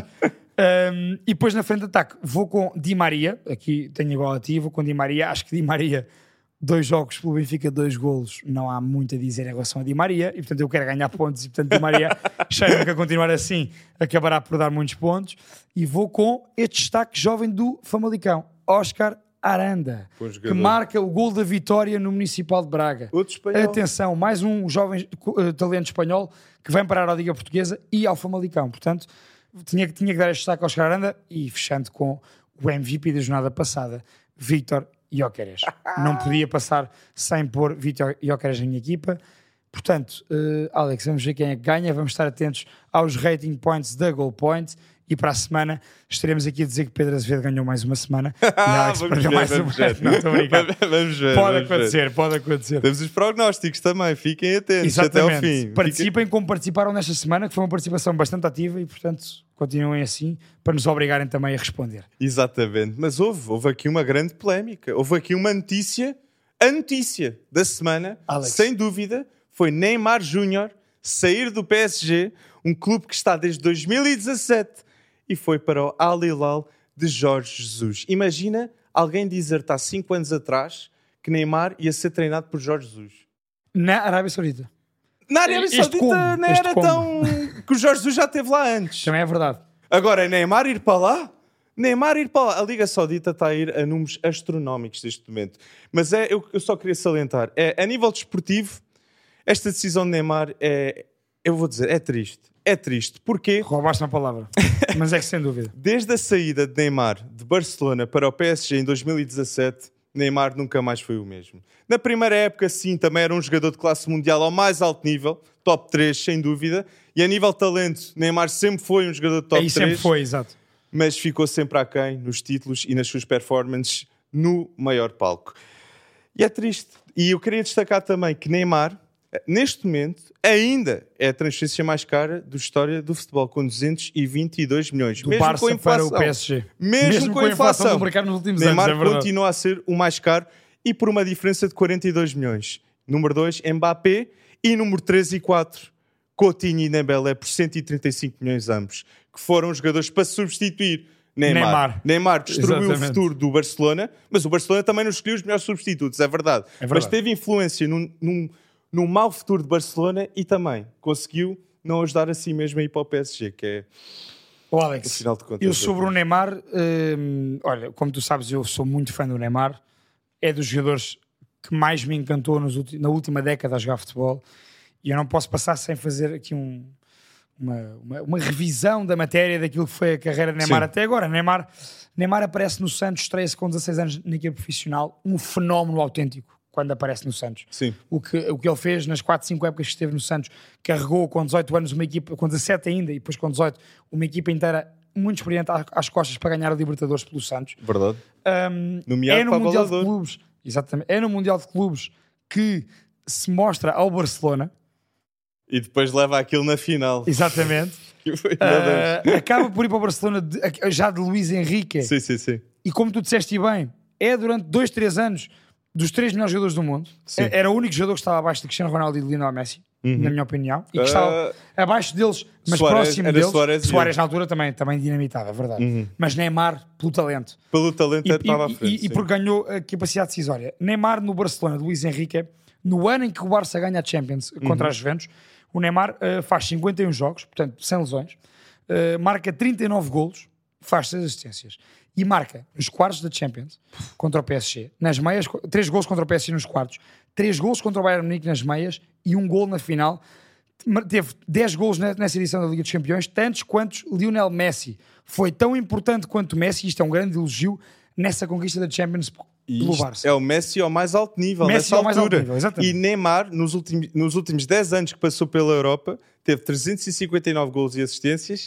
E depois na frente de ataque vou com Di Maria. Aqui tenho igual a ti, vou com Di Maria. Acho que Di Maria, 2 jogos pelo Benfica, 2 golos, não há muito a dizer em relação a Di Maria, e portanto eu quero ganhar pontos, e portanto Di Maria, cheio-me que a continuar assim acabará por dar muitos pontos. E vou com este destaque jovem do Famalicão, Óscar Aranda, que marca o gol da vitória no Municipal de Braga. Outro espanhol. Atenção, mais um jovem talento espanhol que vem parar à Liga Portuguesa e ao Famalicão. Portanto, tinha que dar este destaque ao Óscar Aranda, e fechando com o MVP da jornada passada, Vítor Gyökeres. Não podia passar sem pôr Vítor Gyökeres na minha equipa. Portanto, Alex, vamos ver quem é que ganha. Vamos estar atentos aos rating points da Goalpoint. E para a semana estaremos aqui a dizer que Pedro Azevedo ganhou mais uma semana e Alex perdeu mais uma. Não, estou a brincar. Vamos ver. Pode acontecer. Temos os prognósticos também, fiquem atentos. Exatamente. Até ao fim. Participem como participaram nesta semana, que foi uma participação bastante ativa e, portanto, continuem assim para nos obrigarem também a responder. Exatamente. Mas houve aqui uma grande polémica. Houve aqui uma notícia. A notícia da semana, Alex, sem dúvida, foi Neymar Júnior sair do PSG, um clube que está desde 2017 e foi para o Al Hilal de Jorge Jesus. Imagina alguém dizer-te há 5 anos atrás que Neymar ia ser treinado por Jorge Jesus. Na Arábia Saudita. Na Arábia Saudita não era tão... que o Jorge Jesus já esteve lá antes. Também é verdade. Agora, Neymar ir para lá? A Liga Saudita está a ir a números astronómicos neste momento. Mas eu só queria salientar. A nível desportivo, esta decisão de Neymar eu vou dizer, é triste. É triste. Porquê? Roubaste uma palavra. Mas é que sem dúvida. Desde a saída de Neymar de Barcelona para o PSG em 2017, Neymar nunca mais foi o mesmo. Na primeira época, sim, também era um jogador de classe mundial ao mais alto nível, top 3, sem dúvida. E a nível de talento, Neymar sempre foi um jogador de top 3. Sempre foi, exato. Mas ficou sempre aquém nos títulos e nas suas performances no maior palco. E é triste. E eu queria destacar também que Neymar, neste momento, ainda é a transferência mais cara da história do futebol, com 222 milhões. Do mesmo Barça com a inflação, para o PSG. Mesmo com a inflação do mercado nos últimos Neymar anos, é continua a ser o mais caro e por uma diferença de 42 milhões. Número 2, Mbappé. E número 3 e 4, Coutinho e Dembélé, por 135 milhões ambos, que foram jogadores para substituir Neymar. Neymar destruiu o futuro do Barcelona, mas o Barcelona também não escolheu os melhores substitutos, é verdade. Mas teve influência num mau futuro de Barcelona e também conseguiu não ajudar a si mesmo a ir para o PSG, que Ô no Alex, final de contas. eu sobre o Neymar, olha, como tu sabes, eu sou muito fã do Neymar. É dos jogadores que mais me encantou na última década a jogar futebol. E eu não posso passar sem fazer aqui uma revisão da matéria daquilo que foi a carreira de Neymar até agora. Neymar aparece no Santos, estreia-se com 16 anos na equipe profissional, um fenómeno autêntico quando aparece no Santos. Sim. O que ele fez nas 4, 5 épocas que esteve no Santos, carregou com 18 anos uma equipa, com 17 ainda, e depois com 18, uma equipa inteira muito experiente às costas para ganhar a Libertadores pelo Santos. Verdade. É no Mundial de Clubes, exatamente, é no Mundial de Clubes que se mostra ao Barcelona. E depois leva aquilo na final. Exatamente. Acaba por ir para o Barcelona já de Luís Henrique. Sim. E como tu disseste bem, é durante 2, 3 anos dos 3 melhores jogadores do mundo. Era o único jogador que estava abaixo de Cristiano Ronaldo e de Lionel Messi, na minha opinião. E que estava abaixo deles, mas Suárez, próximo deles. Suárez na altura também dinamitava, é verdade. Mas Neymar, pelo talento. Estava à frente. E porque ganhou a capacidade decisória. Neymar no Barcelona, de Luís Henrique, no ano em que o Barça ganha a Champions contra a Juventus, o Neymar faz 51 jogos, portanto, sem lesões, marca 39 golos, faz 6 assistências. E marca nos quartos da Champions contra o PSG, nas meias, 3 golos contra o PSG nos quartos, 3 golos contra o Bayern Munique nas meias e 1 gol na final. Teve 10 golos nessa edição da Liga dos Campeões, tantos quantos Lionel Messi. Foi tão importante quanto Messi, isto é um grande elogio, nessa conquista da Champions pelo Barça. É o Messi ao mais alto nível, nessa altura. Mais alto nível, e Neymar, nos últimos 10 anos que passou pela Europa, teve 359 golos e assistências,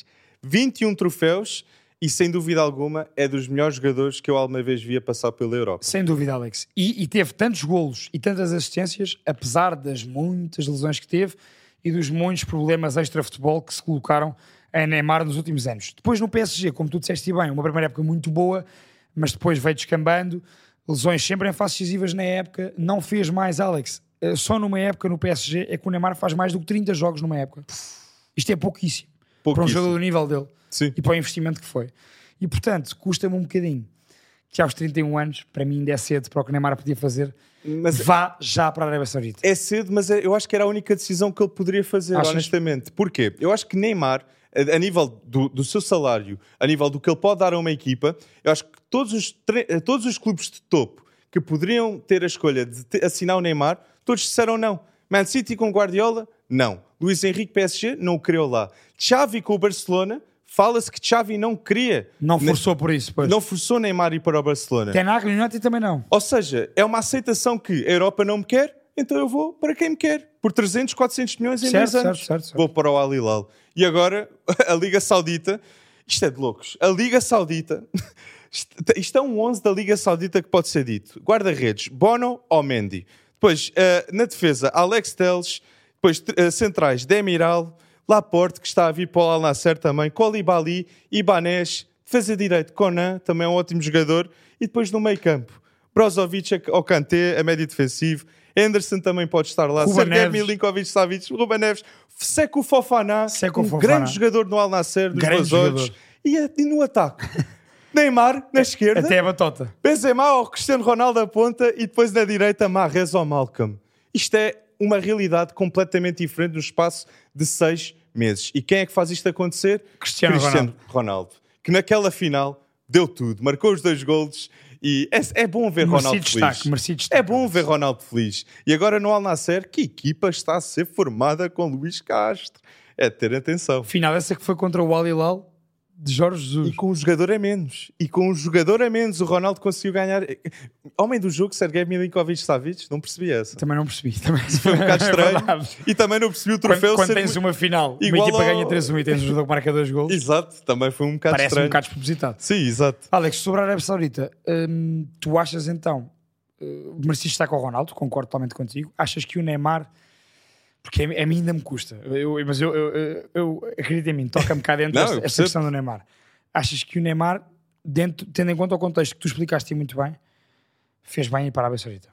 21 troféus, e sem dúvida alguma é dos melhores jogadores que eu alguma vez via passar pela Europa. Sem dúvida, Alex. E teve tantos golos e tantas assistências, apesar das muitas lesões que teve e dos muitos problemas extra-futebol que se colocaram a Neymar nos últimos anos. Depois no PSG, como tu disseste bem, uma primeira época muito boa, mas depois veio descambando, lesões sempre em fases decisivas na época, não fez mais, Alex. Só numa época no PSG é que o Neymar faz mais do que 30 jogos numa época. Isto é pouquíssimo. Para um jogador do nível dele. Sim. E para o investimento que foi. E portanto, custa-me um bocadinho que aos 31 anos, para mim ainda é cedo para o que o Neymar podia fazer, mas vá já para a Arábia Saudita. É cedo, mas eu acho que era a única decisão que ele poderia fazer, honestamente. Porquê? Eu acho que Neymar, a nível do seu salário, a nível do que ele pode dar a uma equipa, eu acho que todos os clubes de topo que poderiam ter a escolha de assinar o Neymar, todos disseram não. Man City com Guardiola, não. Luís Henrique PSG, não o criou lá. Xavi com o Barcelona, fala-se que Xavi não queria. Não forçou por isso, pois. Não forçou Neymar ir para o Barcelona. Ten Hag no United também não. Ou seja, é uma aceitação que a Europa não me quer, então eu vou para quem me quer. Por 300, 400 milhões em 10 anos. Certo. Vou para o Al Hilal. E agora, a Liga Saudita, isto é de loucos. A Liga Saudita, isto é um 11 da Liga Saudita que pode ser dito. Guarda-redes, Bono ou Mendy. Depois, na defesa, Alex Telles. Depois, centrais, Demiral, Laporte, que está a vir para o Al Nassr também, Koulibaly, Ibanez, defesa direito, Conan, também é um ótimo jogador, e depois no meio campo, Brozovic ao Kanté, a médio defensivo, Henderson também pode estar lá, Sergej Milinkovic-Savic, Ruben Neves, Sekou Fofana, grande jogador no Al Nassr, dos meus olhos, e no ataque. Neymar na esquerda, até a batota. Benzema ou Cristiano Ronaldo à ponta, e depois na direita, Mahrez ou Malcolm. Isto é uma realidade completamente diferente no espaço de 6 meses. E quem é que faz isto acontecer? Cristiano Ronaldo. Que naquela final deu tudo, marcou os 2 golos e é bom ver Ronaldo feliz. É bom ver Ronaldo feliz. E agora no Al Nassr, que equipa está a ser formada com Luís Castro? É de ter atenção. Final essa que foi contra o Al Hilal de Jorge Jesus. E com um jogador a menos. O Ronaldo conseguiu ganhar. Homem do jogo, Sergej Milinkovic-Savic, não percebi essa. Também não percebi. Foi um bocado estranho. E também não percebi o troféu. Quando tens uma final, uma equipa ganha 3-1 e tens um jogador que marca 2 golos. Exato, também foi um bocado parece estranho. Um bocado despropositado. Sim, exato. Alex, sobre a Arábia Saudita, tu achas então, mereciste estar com o Ronaldo, concordo totalmente contigo, achas que o Neymar, porque a mim ainda me custa, mas eu acredito em mim, toca-me cá dentro esta questão do Neymar. Achas que o Neymar, tendo em conta o contexto que tu explicaste muito bem, fez bem ir para a Arábia Saudita?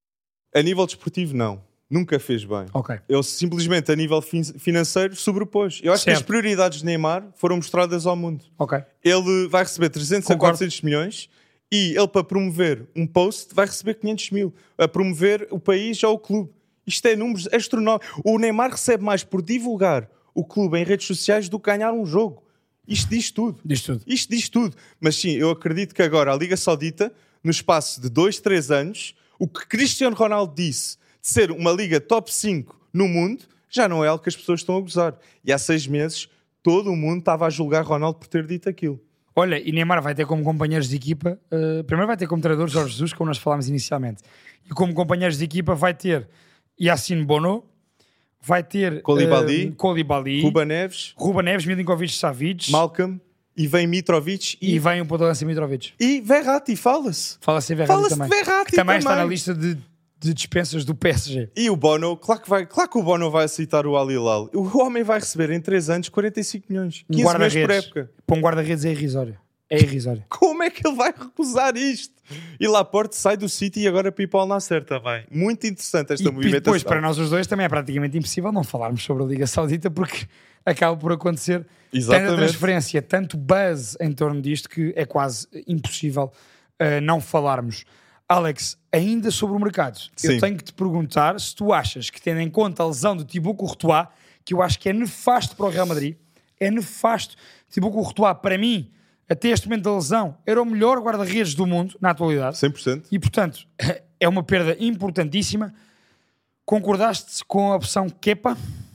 A nível desportivo, não. Nunca fez bem. Okay. Ele simplesmente, a nível financeiro, sobrepôs. Eu acho que as prioridades de Neymar foram mostradas ao mundo. Okay. Ele vai receber 300 a 400 milhões e ele, para promover um post, vai receber 500 mil. A promover o país ou o clube. Isto é números astronómicos. O Neymar recebe mais por divulgar o clube em redes sociais do que ganhar um jogo. Isto diz tudo. Diz tudo. Isto diz tudo. Mas sim, eu acredito que agora a Liga Saudita, no espaço de 2-3 anos, o que Cristiano Ronaldo disse de ser uma liga top 5 no mundo, já não é algo que as pessoas estão a gozar. E há 6 meses, todo o mundo estava a julgar Ronaldo por ter dito aquilo. Olha, e Neymar vai ter como companheiros de equipa, primeiro vai ter como treinador Jorge Jesus, como nós falámos inicialmente, e como companheiros de equipa vai ter Yacine Bono, vai ter Koulibaly, Ruben Neves, Milinkovic-Savic, Malcolm, e vem Mitrovic e vem um ponta de lança Mitrovic. E Verratti, fala-se. Fala-se Verratti também. Verratti que também está na lista de dispensas do PSG. E o Bono, claro que o Bono vai aceitar o Al Hilal. O homem vai receber em 3 anos 45 milhões. 15 milhões por época. Para um guarda-redes é irrisório. É irrisório. Como é que ele vai recusar isto? E Laporte sai do City e agora para ir para o Nasser também. Muito interessante esta movimentação. E depois, para nós os dois, também é praticamente impossível não falarmos sobre a Liga Saudita, porque acaba por acontecer tanta transferência, tanto buzz em torno disto, que é quase impossível não falarmos. Alex, ainda sobre o mercado, eu tenho que te perguntar se tu achas que, tendo em conta a lesão do Thibaut Courtois, que eu acho que é nefasto para o Real Madrid, é nefasto. Thibaut Courtois, para mim, até este momento da lesão, era o melhor guarda-redes do mundo, na atualidade. 100%. E, portanto, é uma perda importantíssima. Concordaste com a opção Kepa?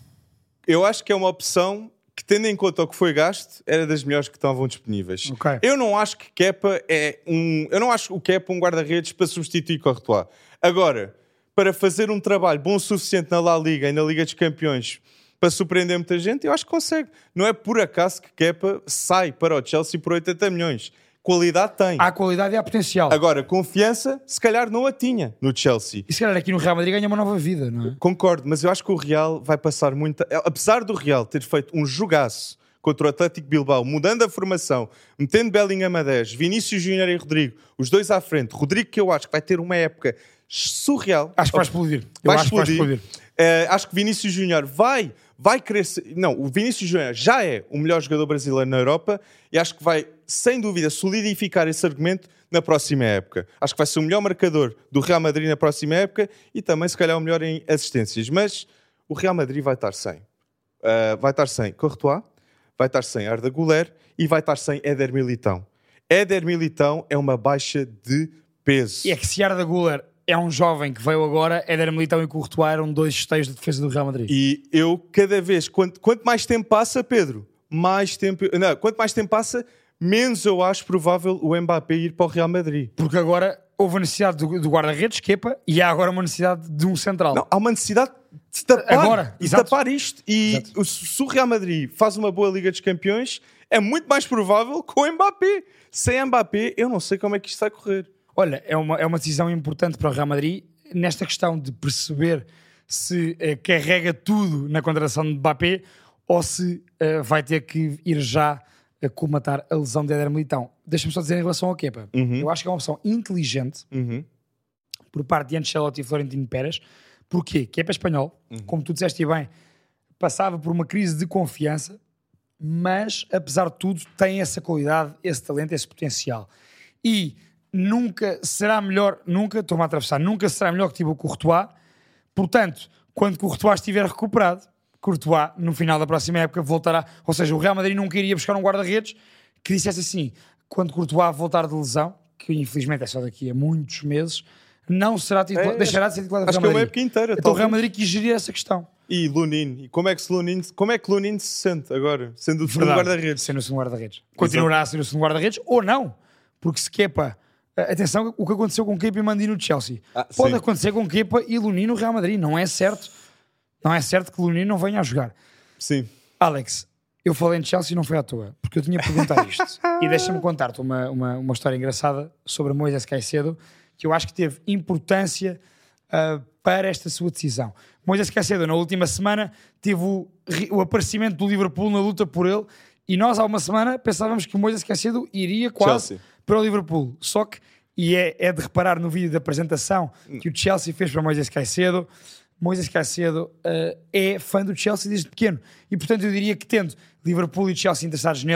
Eu acho que é uma opção que, tendo em conta o que foi gasto, era das melhores que estavam disponíveis. Okay. Eu não acho que Kepa eu não acho o Kepa um guarda-redes para substituir Courtois. Agora, para fazer um trabalho bom o suficiente na La Liga e na Liga dos Campeões para surpreender muita gente, eu acho que consegue. Não é por acaso que Kepa sai para o Chelsea por 80 milhões. Qualidade tem. Há qualidade e há potencial. Agora, confiança, se calhar não a tinha no Chelsea. E se calhar aqui no Real Madrid ganha uma nova vida, não é? Concordo, mas eu acho que o Real vai passar muito... Apesar do Real ter feito um jogaço contra o Atlético Bilbao, mudando a formação, metendo Bellingham a 10, Vinícius Júnior e Rodrigo, os dois à frente. Rodrigo, que eu acho que vai ter uma época surreal. Acho que vai explodir. Acho que Vinícius Júnior vai querer ser... Não, o Vinícius Júnior já é o melhor jogador brasileiro na Europa e acho que vai, sem dúvida, solidificar esse argumento na próxima época. Acho que vai ser o melhor marcador do Real Madrid na próxima época e também, se calhar, o melhor em assistências. Mas o Real Madrid vai estar sem. Vai estar sem Courtois, vai estar sem Arda Güler e vai estar sem Éder Militão. Éder Militão é uma baixa de peso. E é que se Arda Güler é um jovem que veio agora, Éder Militão e Courtois eram 2 esteios de defesa do Real Madrid. E eu, cada vez, quanto mais tempo passa, Pedro, quanto mais tempo passa, menos eu acho provável o Mbappé ir para o Real Madrid. Porque agora houve a necessidade do guarda-redes, Kepa, e há agora uma necessidade de um central. Não, há uma necessidade de tapar, agora, tapar isto. E se o Real Madrid faz uma boa Liga dos Campeões, é muito mais provável com o Mbappé. Sem Mbappé, eu não sei como é que isto vai correr. Olha, é uma decisão importante para o Real Madrid nesta questão de perceber se carrega tudo na contratação de Mbappé ou se vai ter que ir já comatar a lesão de Éder Militão. Deixa-me só dizer em relação ao Kepa. Eu acho que é uma opção inteligente por parte de Ancelotti e Florentino Pérez. Porquê? Kepa é espanhol, como tu disseste bem, passava por uma crise de confiança, mas, apesar de tudo, tem essa qualidade, esse talento, esse potencial. E nunca será melhor que Thibaut Courtois. Portanto, quando Courtois estiver recuperado, Courtois, no final da próxima época, voltará. Ou seja, o Real Madrid não queria buscar um guarda-redes que dissesse assim, quando Courtois voltar de lesão, que infelizmente é só daqui a muitos meses, não será titular, deixará de ser titular do Real Madrid. Acho que é uma época inteira. Então o Real Madrid quis gerir essa questão. E Lunin. E como é que Lunin se sente agora, sendo o segundo guarda-redes? Sendo o segundo guarda-redes. Continuará a ser o segundo guarda-redes ou não? Porque se Kepa... Atenção, o que aconteceu com Kepa e Mandi no Chelsea. Pode acontecer com Kepa e Lunin no Real Madrid. Não é certo que Lunin não venha a jogar. Sim. Alex, eu falei em Chelsea e não foi à toa, porque eu tinha que perguntar isto. E deixa-me contar-te uma história engraçada sobre Moisés Caicedo, que eu acho que teve importância para esta sua decisão. Moisés Caicedo, na última semana, teve o aparecimento do Liverpool na luta por ele, e nós, há uma semana, pensávamos que o Moisés Caicedo iria quase Chelsea para o Liverpool. Só que, e é de reparar no vídeo da apresentação que o Chelsea fez para Moisés Caicedo é fã do Chelsea desde pequeno. E, portanto, eu diria que, tendo Liverpool e Chelsea interessados nele,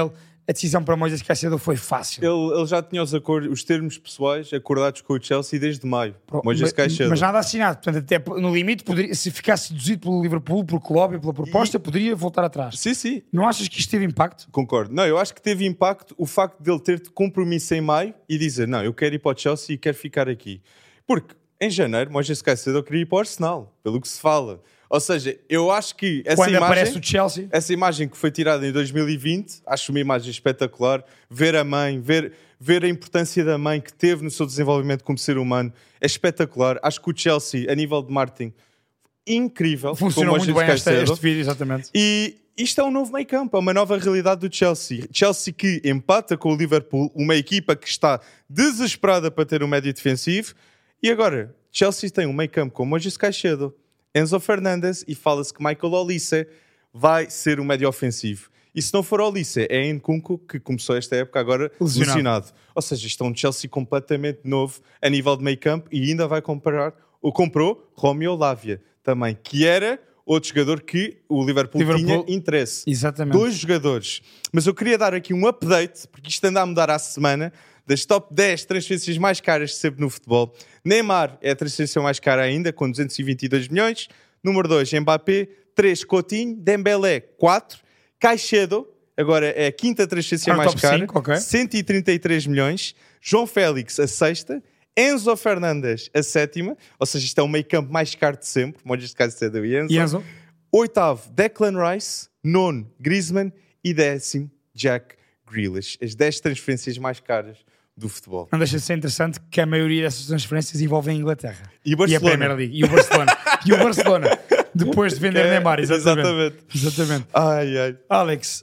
a decisão para Moisés Caicedo foi fácil. Ele já tinha os termos pessoais acordados com o Chelsea desde maio. Moisés Caicedo. Mas nada assinado. Portanto, até no limite, se ficasse seduzido pelo Liverpool, por Klopp e pela proposta, poderia voltar atrás. Sim. Não achas que isto teve impacto? Concordo. Não, eu acho que teve impacto o facto dele ter compromisso em maio e dizer, não, eu quero ir para o Chelsea e quero ficar aqui. Porque em janeiro, Moisés Caicedo queria ir para o Arsenal, pelo que se fala. Ou seja, eu acho que quando aparece o Chelsea, essa imagem que foi tirada em 2020, acho uma imagem espetacular. Ver a mãe, ver a importância da mãe que teve no seu desenvolvimento como ser humano, é espetacular. Acho que o Chelsea, a nível de marketing, incrível. Funcionou muito bem este vídeo, exatamente. E isto é um novo meio-campo, é uma nova realidade do Chelsea. Chelsea que empata com o Liverpool, uma equipa que está desesperada para ter um médio defensivo. E agora, Chelsea tem um meio-campo com Moisés Caicedo, Enzo Fernandes e fala-se que Michael Olise vai ser um médio ofensivo. E se não for Olise, é Nkunku que começou esta época agora lesionado. Ou seja, isto é um Chelsea completamente novo a nível de meio-campo e ainda vai comprou Romeo Lavia também, que era outro jogador que o Liverpool tinha interesse. Exatamente. 2 jogadores. Mas eu queria dar aqui um update, porque isto anda a mudar à semana, das top 10 transferências mais caras de sempre no futebol. Neymar é a transferência mais cara ainda, com 222 milhões. Número 2, Mbappé. 3, Coutinho. Dembélé, 4. Caicedo, agora é a quinta transferência mais cara. 5, okay. 133 milhões. João Félix, a sexta. Enzo Fernandes, a sétima. Ou seja, isto é o meio-campo mais caro de sempre. Moisés Caicedo e Enzo. 8º, Declan Rice. 9º, Griezmann. E 10º, Jack Grealish. As 10 transferências mais caras do futebol. Não deixa de ser interessante que a maioria dessas transferências envolvem a Inglaterra. E a Premier League. E o Barcelona. Depois de vender Neymar. Exatamente. Ai. Alex,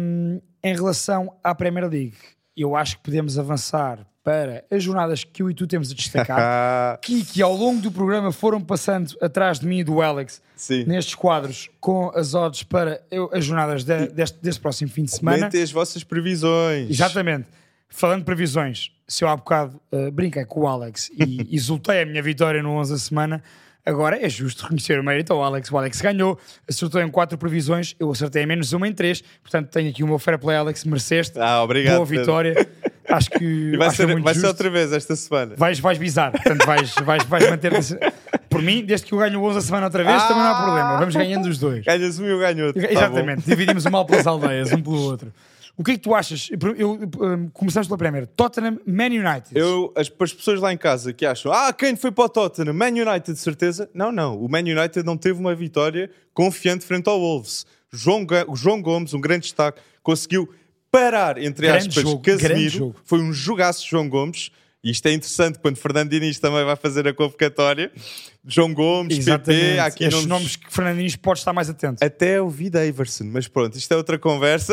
em relação à Premier League, eu acho que podemos avançar para as jornadas que eu e tu temos a destacar, que ao longo do programa foram passando atrás de mim e do Alex. Sim. Nestes quadros com as odds para as jornadas deste próximo fim de semana. Comentem as vossas previsões. Exatamente. Falando de previsões, se eu há bocado brinquei com o Alex e exultei a minha vitória no 11 da semana, agora é justo reconhecer o mérito ao Alex. O Alex ganhou, acertou em 4 previsões, eu acertei em menos uma em 3, portanto tenho aqui o meu fair play, Alex, mereceste. Obrigado. Boa vitória. Acho que e vai ser outra vez esta semana. Vais bizar, portanto vais manter. Por mim, desde que eu ganho o 11 a semana outra vez, também não há problema. Vamos ganhando os dois. Ganhas um e eu ganho outro. Exatamente, dividimos o mal pelas aldeias, um pelo outro. O que é que tu achas? Começamos pela Premier. Tottenham, Man United. Para as pessoas lá em casa que acham quem foi para o Tottenham? Man United, de certeza? Não. O Man United não teve uma vitória confiante frente ao Wolves. O João Gomes, um grande destaque, conseguiu parar, entre aspas, Casemiro. Foi um jogaço de João Gomes. E isto é interessante quando Fernando Diniz também vai fazer a convocatória. João Gomes, PP, aqui estes nomes que Fernando Diniz pode estar mais atento. Até o Vida Everson, mas pronto, isto é outra conversa.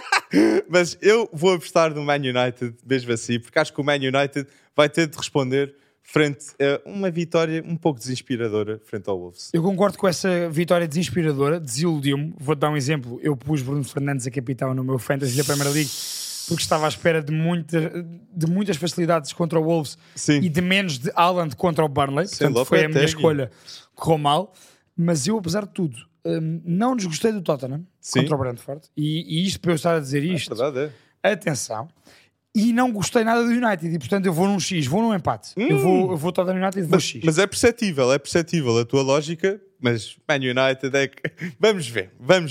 Mas eu vou apostar no Man United, mesmo assim, porque acho que o Man United vai ter de responder frente a uma vitória um pouco desinspiradora frente ao Wolves. Eu concordo com essa vitória desinspiradora, desiludiu-me. Vou-te dar um exemplo. Eu pus Bruno Fernandes a capitão no meu Fantasy da Premier League porque estava à espera de muitas facilidades contra o Wolves. Sim. E de menos de Haaland contra o Burnley. Portanto, foi a minha escolha. Correu mal. Mas eu, apesar de tudo, não desgostei do Tottenham contra o Brentford. E isto, para eu estar a dizer isto, atenção. E não gostei nada do United. E, portanto, eu vou num X, vou num empate. Eu vou Tottenham United e vou X. Mas é perceptível a tua lógica. Mas Man United é que... Vamos ver.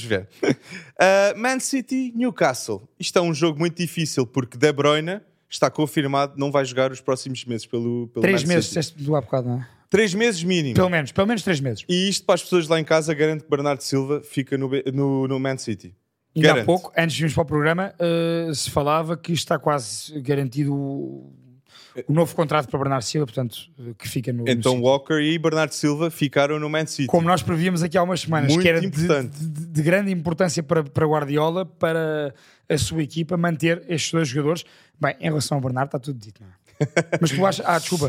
Man City, Newcastle. Isto é um jogo muito difícil porque De Bruyne está confirmado, não vai jogar os próximos meses pelo 3 Man meses, City. disseste do há bocado, não é? 3 meses mínimo. Pelo menos 3 meses. E isto para as pessoas lá em casa garante que Bernardo Silva fica no Man City. Ainda há pouco, antes de irmos para o programa, se falava que está quase garantido o novo contrato para Bernardo Silva, portanto, que fica no Então City. Walker e Bernardo Silva ficaram no Man City. Como nós prevíamos aqui há umas semanas, muito que era importante. de grande importância para Guardiola, para a sua equipa, manter estes 2 jogadores. Bem, em relação ao Bernardo, está tudo dito, não é? Mas tu achas... desculpa.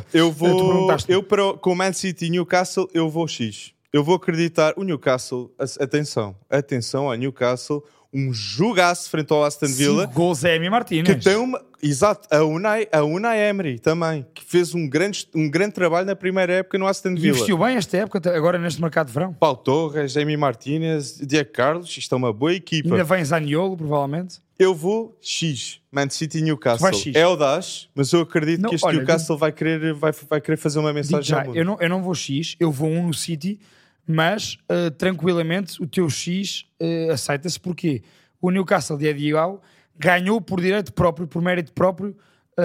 Com o Man City e Newcastle, eu vou X. Eu vou acreditar. O Newcastle, atenção ao Newcastle. um jogaço frente ao Aston Villa. 5 gols é Emi Martínez. Que tem uma... Exato, a Unai Emery também, que fez um grande trabalho na primeira época no Aston E Villa. investiu bem esta época, agora neste mercado de verão. Paulo Torres, Emi Martínez, Diego Carlos, isto é uma boa equipa. Ainda vem Zaniolo, provavelmente. Eu vou X, Man City e Newcastle. X. É audácio, mas eu acredito Não, que este olha, Newcastle vai querer fazer uma mensagem Já, ao mundo. eu não vou X, eu vou 1 no City, mas tranquilamente o teu X aceita-se porque o Newcastle de Eddie Howe ganhou por direito próprio, por mérito próprio,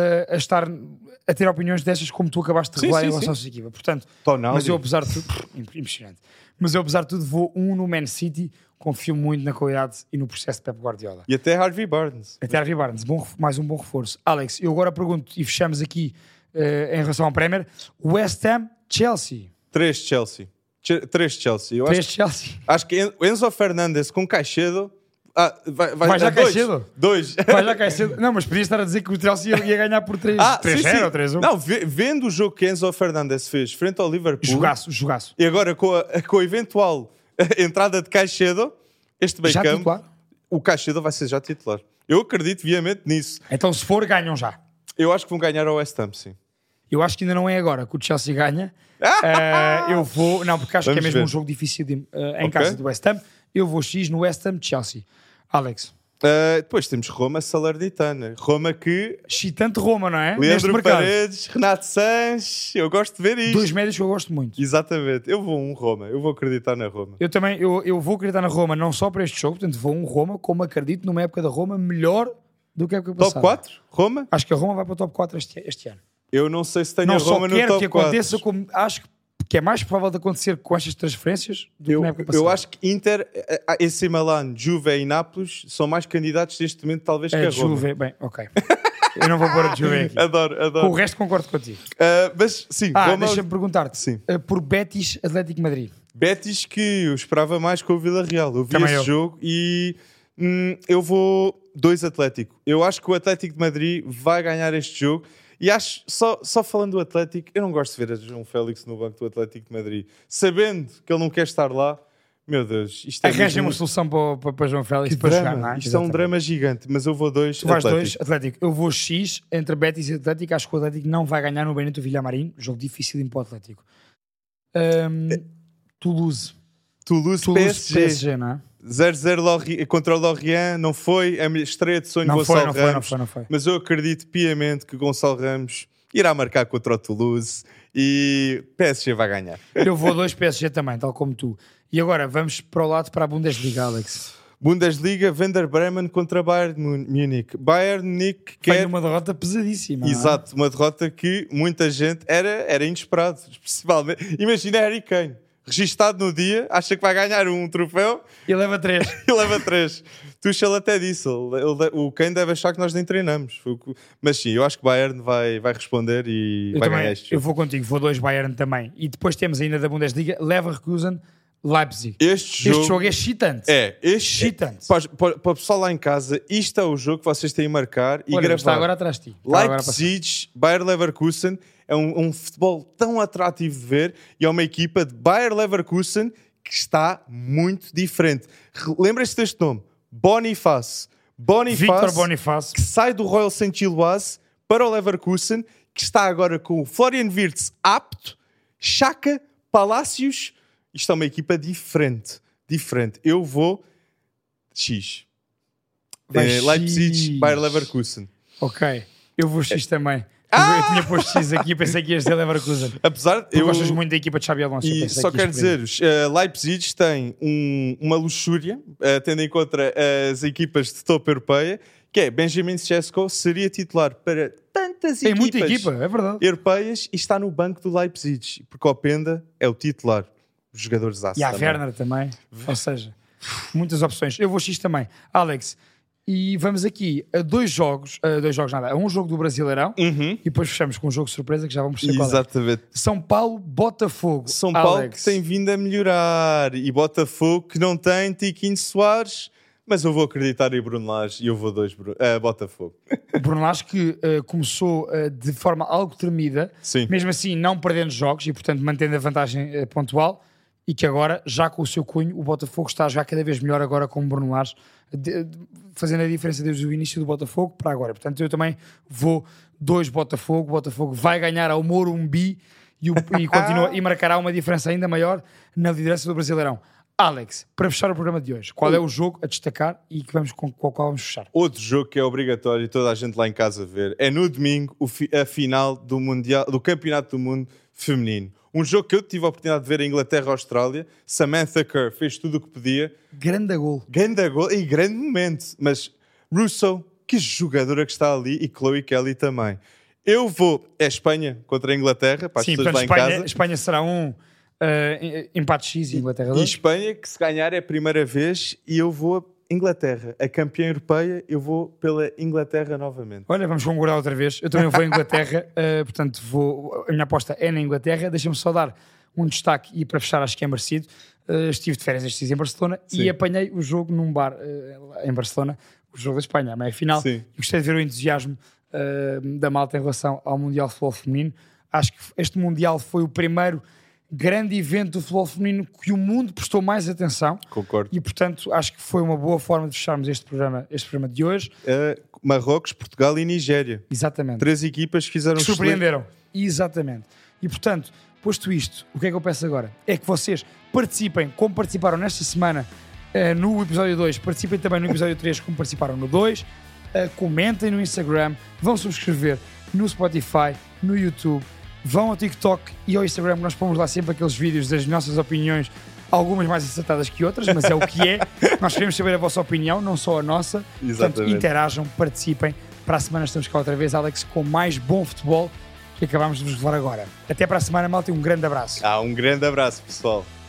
a ter opiniões destas como tu acabaste de revelar em relação à sua equipa. Portanto, mas eu apesar de tudo, impressionante. Mas eu apesar de tudo vou 1 no Man City, confio muito na qualidade e no processo de Pep Guardiola. E até Harvey Barnes. Mais um bom reforço. Alex, eu agora pergunto, e fechamos aqui em relação ao Premier, West Ham, Chelsea. 3 Chelsea. 3 Chelsea. Chelsea. Acho que Enzo Fernandes com Caicedo... vai já Caicedo? 2. Vai já Caicedo. Não, mas podias estar a dizer que o Chelsea ia ganhar por 3-0 ou 3-1. Não, vendo o jogo que Enzo Fernandes fez frente ao Liverpool... Jogaço. E agora com a eventual entrada de Caicedo, este meio campo... O Caicedo vai ser já titular. Eu acredito viamente nisso. Então se for, ganham já. Eu acho que vão ganhar ao West Ham, sim. Eu acho que ainda não é agora que o Chelsea ganha. Eu vou... Não, porque acho que é mesmo um jogo difícil em casa do West Ham. Eu vou X no West Ham, Chelsea. Alex. Depois temos Roma, Salernitana. Roma que... Excitante Roma, não é? Leandro Paredes, Renato Sanches. Eu gosto de ver isto. 2 médios que eu gosto muito. Exatamente. Eu vou Roma. Eu vou acreditar na Roma. Eu também. Eu vou acreditar na Roma não só para este jogo. Portanto, vou Roma, como acredito numa época da Roma melhor do que a época passada. Top 4? Roma? Acho que a Roma vai para o top 4 este ano. Eu não sei se tenho a Roma no top 4. Não só quero que aconteça, como acho que é mais provável de acontecer com estas transferências do que na época passada. Eu acho que Inter, AC Milan, Juve e Nápoles são mais candidatos neste momento talvez que a Roma. Juve, bem, ok. Eu não vou pôr a Juve aqui. Adoro. Com o resto concordo contigo. Mas sim, Roma... deixa-me perguntar-te. Por Betis, Atlético de Madrid. Betis que eu esperava mais com o Villarreal. Eu vi também esse jogo e eu vou 2 Atlético. Eu acho que o Atlético de Madrid vai ganhar este jogo. E acho, só falando do Atlético, eu não gosto de ver a João Félix no banco do Atlético de Madrid. Sabendo que ele não quer estar lá, meu Deus, isto é... Arranja uma solução para João Félix para jogar, não é? Isto é um drama gigante, mas eu vou 2 Tu vais 2 Atlético. Eu vou X entre Betis e Atlético. Acho que o Atlético não vai ganhar no Benito Villamarín. Jogo difícil para o Atlético. Toulouse, PSG, não é? 0-0 contra o Lorient, não foi a minha estreia de sonho de Gonçalo Ramos. Não foi. Mas eu acredito piamente que Gonçalo Ramos irá marcar contra o Toulouse e PSG vai ganhar. Eu vou 2 PSG também, tal como tu. E agora vamos para o lado para a Bundesliga, Alex. Bundesliga, Werder Bremen contra Bayern Munique. Bayern Munique foi uma derrota pesadíssima. Exato, uma derrota que muita gente era inesperado, principalmente. Imagina Harry Kane. Registado no dia, acha que vai ganhar um troféu e leva 3. Tuchel até disse, o Kane deve achar que nós nem treinamos. Mas sim, eu acho que o Bayern vai responder e vai ganhar este jogo. Eu vou contigo, vou 2 Bayern também. E depois temos ainda da Bundesliga Leverkusen, Leipzig. Este jogo é excitante. Excitante. Para o pessoal lá em casa, isto é o jogo que vocês têm a marcar e gravar. Está agora atrás de ti. Leipzig, Bayer Leverkusen é um futebol tão atrativo de ver e é uma equipa de Bayer Leverkusen que está muito diferente. Lembra-se deste nome? Boniface. Victor Boniface. Que sai do Royal Saint-Gilloise para o Leverkusen, que está agora com o Florian Wirtz apto, Xhaka, Palácios. Isto é uma equipa diferente. Eu vou X. Leipzig, Bayer Leverkusen. Ok. Eu vou X também. Eu tinha posto X aqui e pensei que ias dizer Leverkusen. Apesar tu gostas muito da equipa de Xabi Alonso. E só quero dizer, Leipzig tem uma luxúria, tendo em conta as equipas de topo europeia, que é Benjamin Sesko seria titular para tantas tem equipas muita equipa, é verdade, europeias e está no banco do Leipzig, porque o Openda é o titular. Os jogadores e a Werner também. Ou seja, muitas opções. Eu vou X também. Alex, e vamos aqui a 2 jogos, a um jogo do Brasileirão e depois fechamos com um jogo de surpresa que já vamos perceber qual é. Exatamente. São Paulo, Botafogo. São Paulo que tem vindo a melhorar e Botafogo que não tem Tiquinho Soares, mas eu vou acreditar em Bruno Lage e eu vou 2 Botafogo. Bruno Lage que começou de forma algo tremida, sim, mesmo assim não perdendo jogos e portanto mantendo a vantagem pontual. e que agora, já com o seu cunho, o Botafogo está a jogar cada vez melhor agora com o Bruno Lage, fazendo a diferença desde o início do Botafogo para agora. Portanto, eu também vou 2 Botafogo. O Botafogo vai ganhar ao Morumbi e marcará uma diferença ainda maior na liderança do Brasileirão. Alex, para fechar o programa de hoje, qual é o jogo a destacar e com o qual vamos fechar? Outro jogo que é obrigatório e toda a gente lá em casa ver é no domingo a final do Campeonato do Mundo Feminino. Um jogo que eu tive a oportunidade de ver em Inglaterra-Austrália. Samantha Kerr fez tudo o que podia. Grande gol E grande momento. Mas Russo, que jogadora que está ali, e Chloe Kelly também. Eu vou... É Espanha contra a Inglaterra, para as pessoas lá em casa. Espanha será empate X e Inglaterra 2. E Espanha, que se ganhar é a primeira vez, e eu vou Inglaterra. A campeã europeia, eu vou pela Inglaterra novamente. Olha, vamos concordar outra vez. Eu também vou à Inglaterra, portanto, a minha aposta é na Inglaterra. Deixa-me só dar um destaque e para fechar acho que é merecido. Estive de férias estes dias em Barcelona. Sim. E apanhei o jogo num bar em Barcelona, o jogo da Espanha, a meia-final. E gostei de ver o entusiasmo da malta em relação ao Mundial de Futebol Feminino. Acho que este Mundial foi o primeiro grande evento do futebol feminino que o mundo prestou mais atenção. Concordo. E, portanto, acho que foi uma boa forma de fecharmos este programa de hoje. Marrocos, Portugal e Nigéria. Exatamente. 3 equipas que fizeram... Que surpreenderam. Exatamente. E, portanto, posto isto, o que é que eu peço agora? É que vocês participem, como participaram nesta semana no episódio 2, participem também no episódio 3, como participaram no 2. Comentem no Instagram, vão subscrever no Spotify, no YouTube, vão ao TikTok e ao Instagram. Nós pomos lá sempre aqueles vídeos das nossas opiniões, algumas mais acertadas que outras, mas é o que é. Nós queremos saber a vossa opinião, não só a nossa. Exatamente. Portanto, interajam, participem. Para a semana estamos cá outra vez, Alex, com mais bom futebol que acabámos de vos levar agora. Até para a semana, malta, e um grande abraço. Um grande abraço, pessoal.